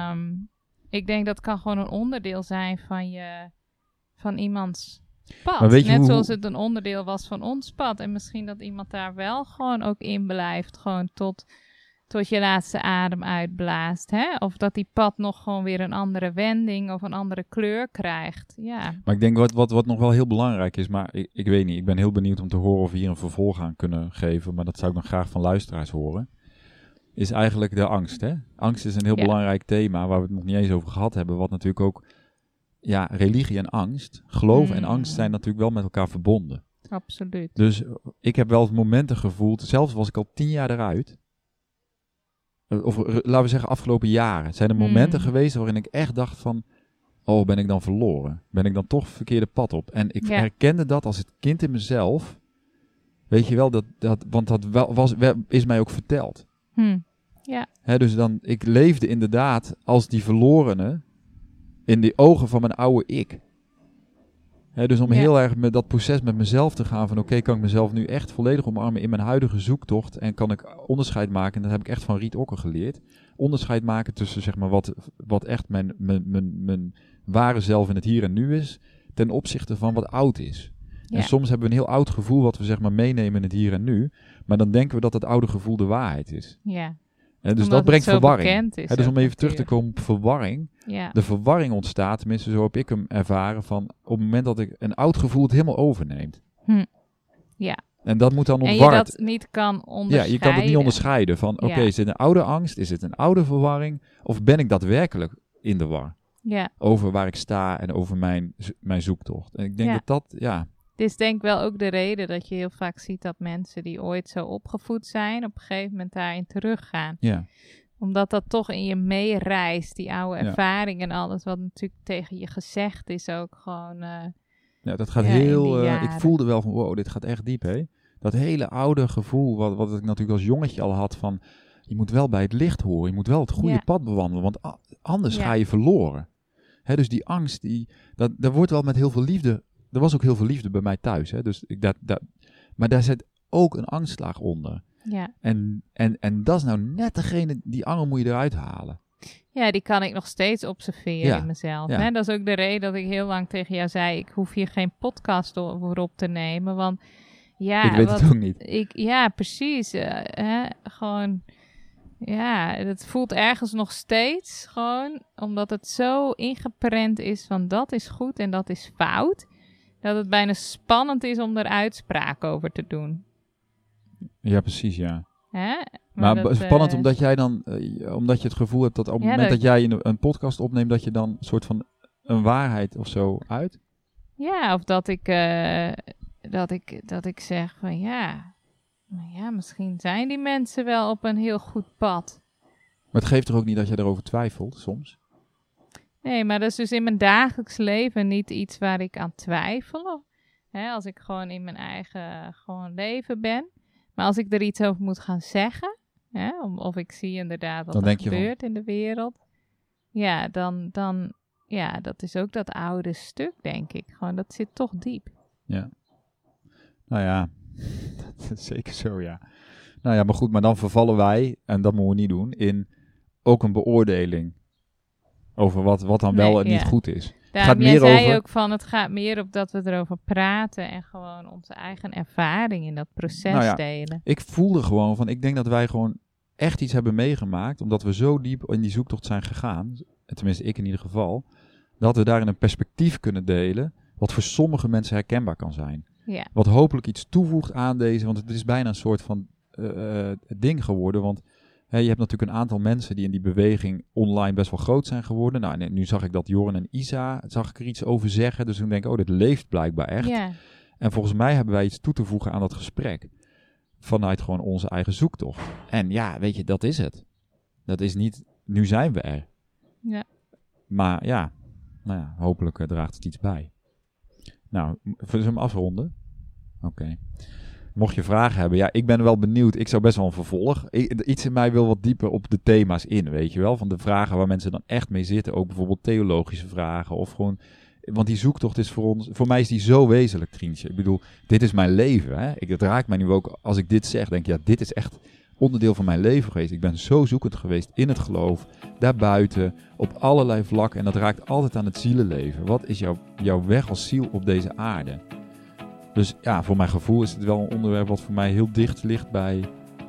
Speaker 2: ik denk dat kan gewoon een onderdeel zijn van iemands pad. Net zoals het een onderdeel was van ons pad. En misschien dat iemand daar wel gewoon ook in blijft. Gewoon tot je laatste adem uitblaast. Of dat die pad nog gewoon weer een andere wending of een andere kleur krijgt. Ja.
Speaker 1: Maar ik denk wat nog wel heel belangrijk is, maar ik weet niet. Ik ben heel benieuwd om te horen of we hier een vervolg aan kunnen geven. Maar dat zou ik dan graag van luisteraars horen. Is eigenlijk de angst. Angst is een heel belangrijk thema waar we het nog niet eens over gehad hebben. Wat natuurlijk ook, religie en angst, geloof en angst zijn natuurlijk wel met elkaar verbonden.
Speaker 2: Absoluut.
Speaker 1: Dus ik heb wel momenten gevoeld, zelfs was ik al 10 jaar eruit. Of laten we zeggen afgelopen jaren. Zijn er momenten geweest waarin ik echt dacht van... Oh, ben ik dan verloren? Ben ik dan toch verkeerde pad op? En ik herkende dat als het kind in mezelf. Weet je wel, want dat is mij ook verteld.
Speaker 2: Ja.
Speaker 1: Dus ik leefde inderdaad als die verlorene in de ogen van mijn oude ik. Dus om heel erg met dat proces met mezelf te gaan van oké, kan ik mezelf nu echt volledig omarmen in mijn huidige zoektocht en kan ik onderscheid maken, en dat heb ik echt van Riet Okker geleerd, onderscheid maken tussen zeg maar wat echt mijn ware zelf in het hier en nu is, ten opzichte van wat oud is. Ja. En soms hebben we een heel oud gevoel wat we zeg maar meenemen in het hier en nu, maar dan denken we dat het oude gevoel de waarheid is.
Speaker 2: Ja.
Speaker 1: En dus dat brengt verwarring. Dus om even terug te komen op verwarring. Ja. De verwarring ontstaat, tenminste zo heb ik hem ervaren, van op het moment dat ik een oud gevoel het helemaal overneemt.
Speaker 2: Ja.
Speaker 1: En dat moet dan ontward.
Speaker 2: En je dat niet kan onderscheiden.
Speaker 1: Ja, je kan het niet onderscheiden van oké, is dit een oude angst? Is het een oude verwarring? Of ben ik daadwerkelijk in de war?
Speaker 2: Ja.
Speaker 1: Over waar ik sta en over mijn zoektocht. En ik denk dat
Speaker 2: Dit is denk ik wel ook de reden dat je heel vaak ziet dat mensen die ooit zo opgevoed zijn, op een gegeven moment daarin teruggaan.
Speaker 1: Ja.
Speaker 2: Omdat dat toch in je meereist, die oude ervaring en alles wat natuurlijk tegen je gezegd is ook gewoon...
Speaker 1: ja, dat gaat heel... ik voelde wel van wow, dit gaat echt diep, hè? Dat hele oude gevoel wat ik natuurlijk als jongetje al had van... Je moet wel bij het licht horen, je moet wel het goede pad bewandelen, want anders ga je verloren. Dus die angst, daar wordt wel met heel veel liefde... Er was ook heel veel liefde bij mij thuis, hè? Dus maar daar zit ook een angstlaag onder.
Speaker 2: Ja.
Speaker 1: En dat is nou net degene, die angel moet je eruit halen.
Speaker 2: Ja, die kan ik nog steeds observeren in mezelf.
Speaker 1: Ja.
Speaker 2: Hè? Dat is ook de reden dat ik heel lang tegen jou zei, ik hoef hier geen podcast voor op te nemen, want ja...
Speaker 1: Ik weet het ook niet.
Speaker 2: Ja, precies. Gewoon... Ja, het voelt ergens nog steeds gewoon, omdat het zo ingeprent is van dat is goed en dat is fout, dat het bijna spannend is om er uitspraak over te doen.
Speaker 1: Ja, precies, ja.
Speaker 2: Hè?
Speaker 1: Maar spannend omdat jij dan, omdat je het gevoel hebt dat op het moment dat jij een podcast opneemt, dat je dan een soort van een waarheid of zo uit?
Speaker 2: Ja, of dat ik zeg van ja, misschien zijn die mensen wel op een heel goed pad.
Speaker 1: Maar het geeft toch ook niet dat je erover twijfelt soms?
Speaker 2: Nee, maar dat is dus in mijn dagelijks leven niet iets waar ik aan twijfel. Als ik gewoon in mijn eigen leven ben. Maar als ik er iets over moet gaan zeggen, of ik zie inderdaad wat er gebeurt in de wereld. Ja, dan dat is ook dat oude stuk, denk ik. Gewoon, dat zit toch diep.
Speaker 1: Ja. Nou ja, dat is zeker zo, ja. Nou ja, maar goed, maar dan vervallen wij, en dat moeten we niet doen, in ook een beoordeling over wat dan wel en niet goed is.
Speaker 2: Jij zei ook van, het gaat meer op dat we erover praten en gewoon onze eigen ervaring in dat proces delen.
Speaker 1: Ik voelde gewoon van, ik denk dat wij gewoon echt iets hebben meegemaakt, omdat we zo diep in die zoektocht zijn gegaan, tenminste ik in ieder geval, dat we daarin een perspectief kunnen delen, wat voor sommige mensen herkenbaar kan zijn.
Speaker 2: Ja.
Speaker 1: Wat hopelijk iets toevoegt aan deze, want het is bijna een soort van ding geworden, want je hebt natuurlijk een aantal mensen die in die beweging online best wel groot zijn geworden. Nou, en nu zag ik dat Joren en Isa, zag ik er iets over zeggen, dus toen denk ik, dit leeft blijkbaar echt.
Speaker 2: Ja.
Speaker 1: En volgens mij hebben wij iets toe te voegen aan dat gesprek, vanuit gewoon onze eigen zoektocht. En ja, weet je, dat is het. Dat is niet, nu zijn we er.
Speaker 2: Ja.
Speaker 1: Maar ja, hopelijk draagt het iets bij. Nou, zullen we hem afronden? Oké. Mocht je vragen hebben, ik ben wel benieuwd. Ik zou best wel een vervolg. Iets in mij wil wat dieper op de thema's in, weet je wel. Van de vragen waar mensen dan echt mee zitten. Ook bijvoorbeeld theologische vragen of gewoon... Want die zoektocht is voor mij is die zo wezenlijk, Trientje. Ik bedoel, dit is mijn leven. Hè? Het raakt mij nu ook, als ik dit zeg, denk dit is echt onderdeel van mijn leven geweest. Ik ben zo zoekend geweest in het geloof, daarbuiten, op allerlei vlakken. En dat raakt altijd aan het zielenleven. Wat is jouw weg als ziel op deze aarde? Dus ja, voor mijn gevoel is het wel een onderwerp wat voor mij heel dicht ligt bij...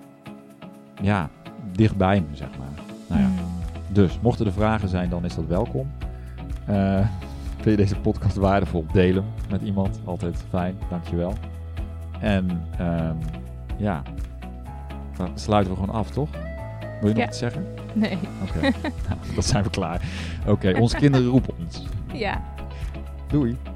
Speaker 1: Ja, dichtbij me, zeg maar. Nou ja, dus mochten er vragen zijn, dan is dat welkom. Vind je deze podcast waardevol? Deel hem met iemand. Altijd fijn, dankjewel. En dan sluiten we gewoon af, toch? Wil je nog iets zeggen?
Speaker 2: Nee.
Speaker 1: Oké, nou, dan zijn we klaar. Oké, onze kinderen roepen ons.
Speaker 2: Ja.
Speaker 1: Doei.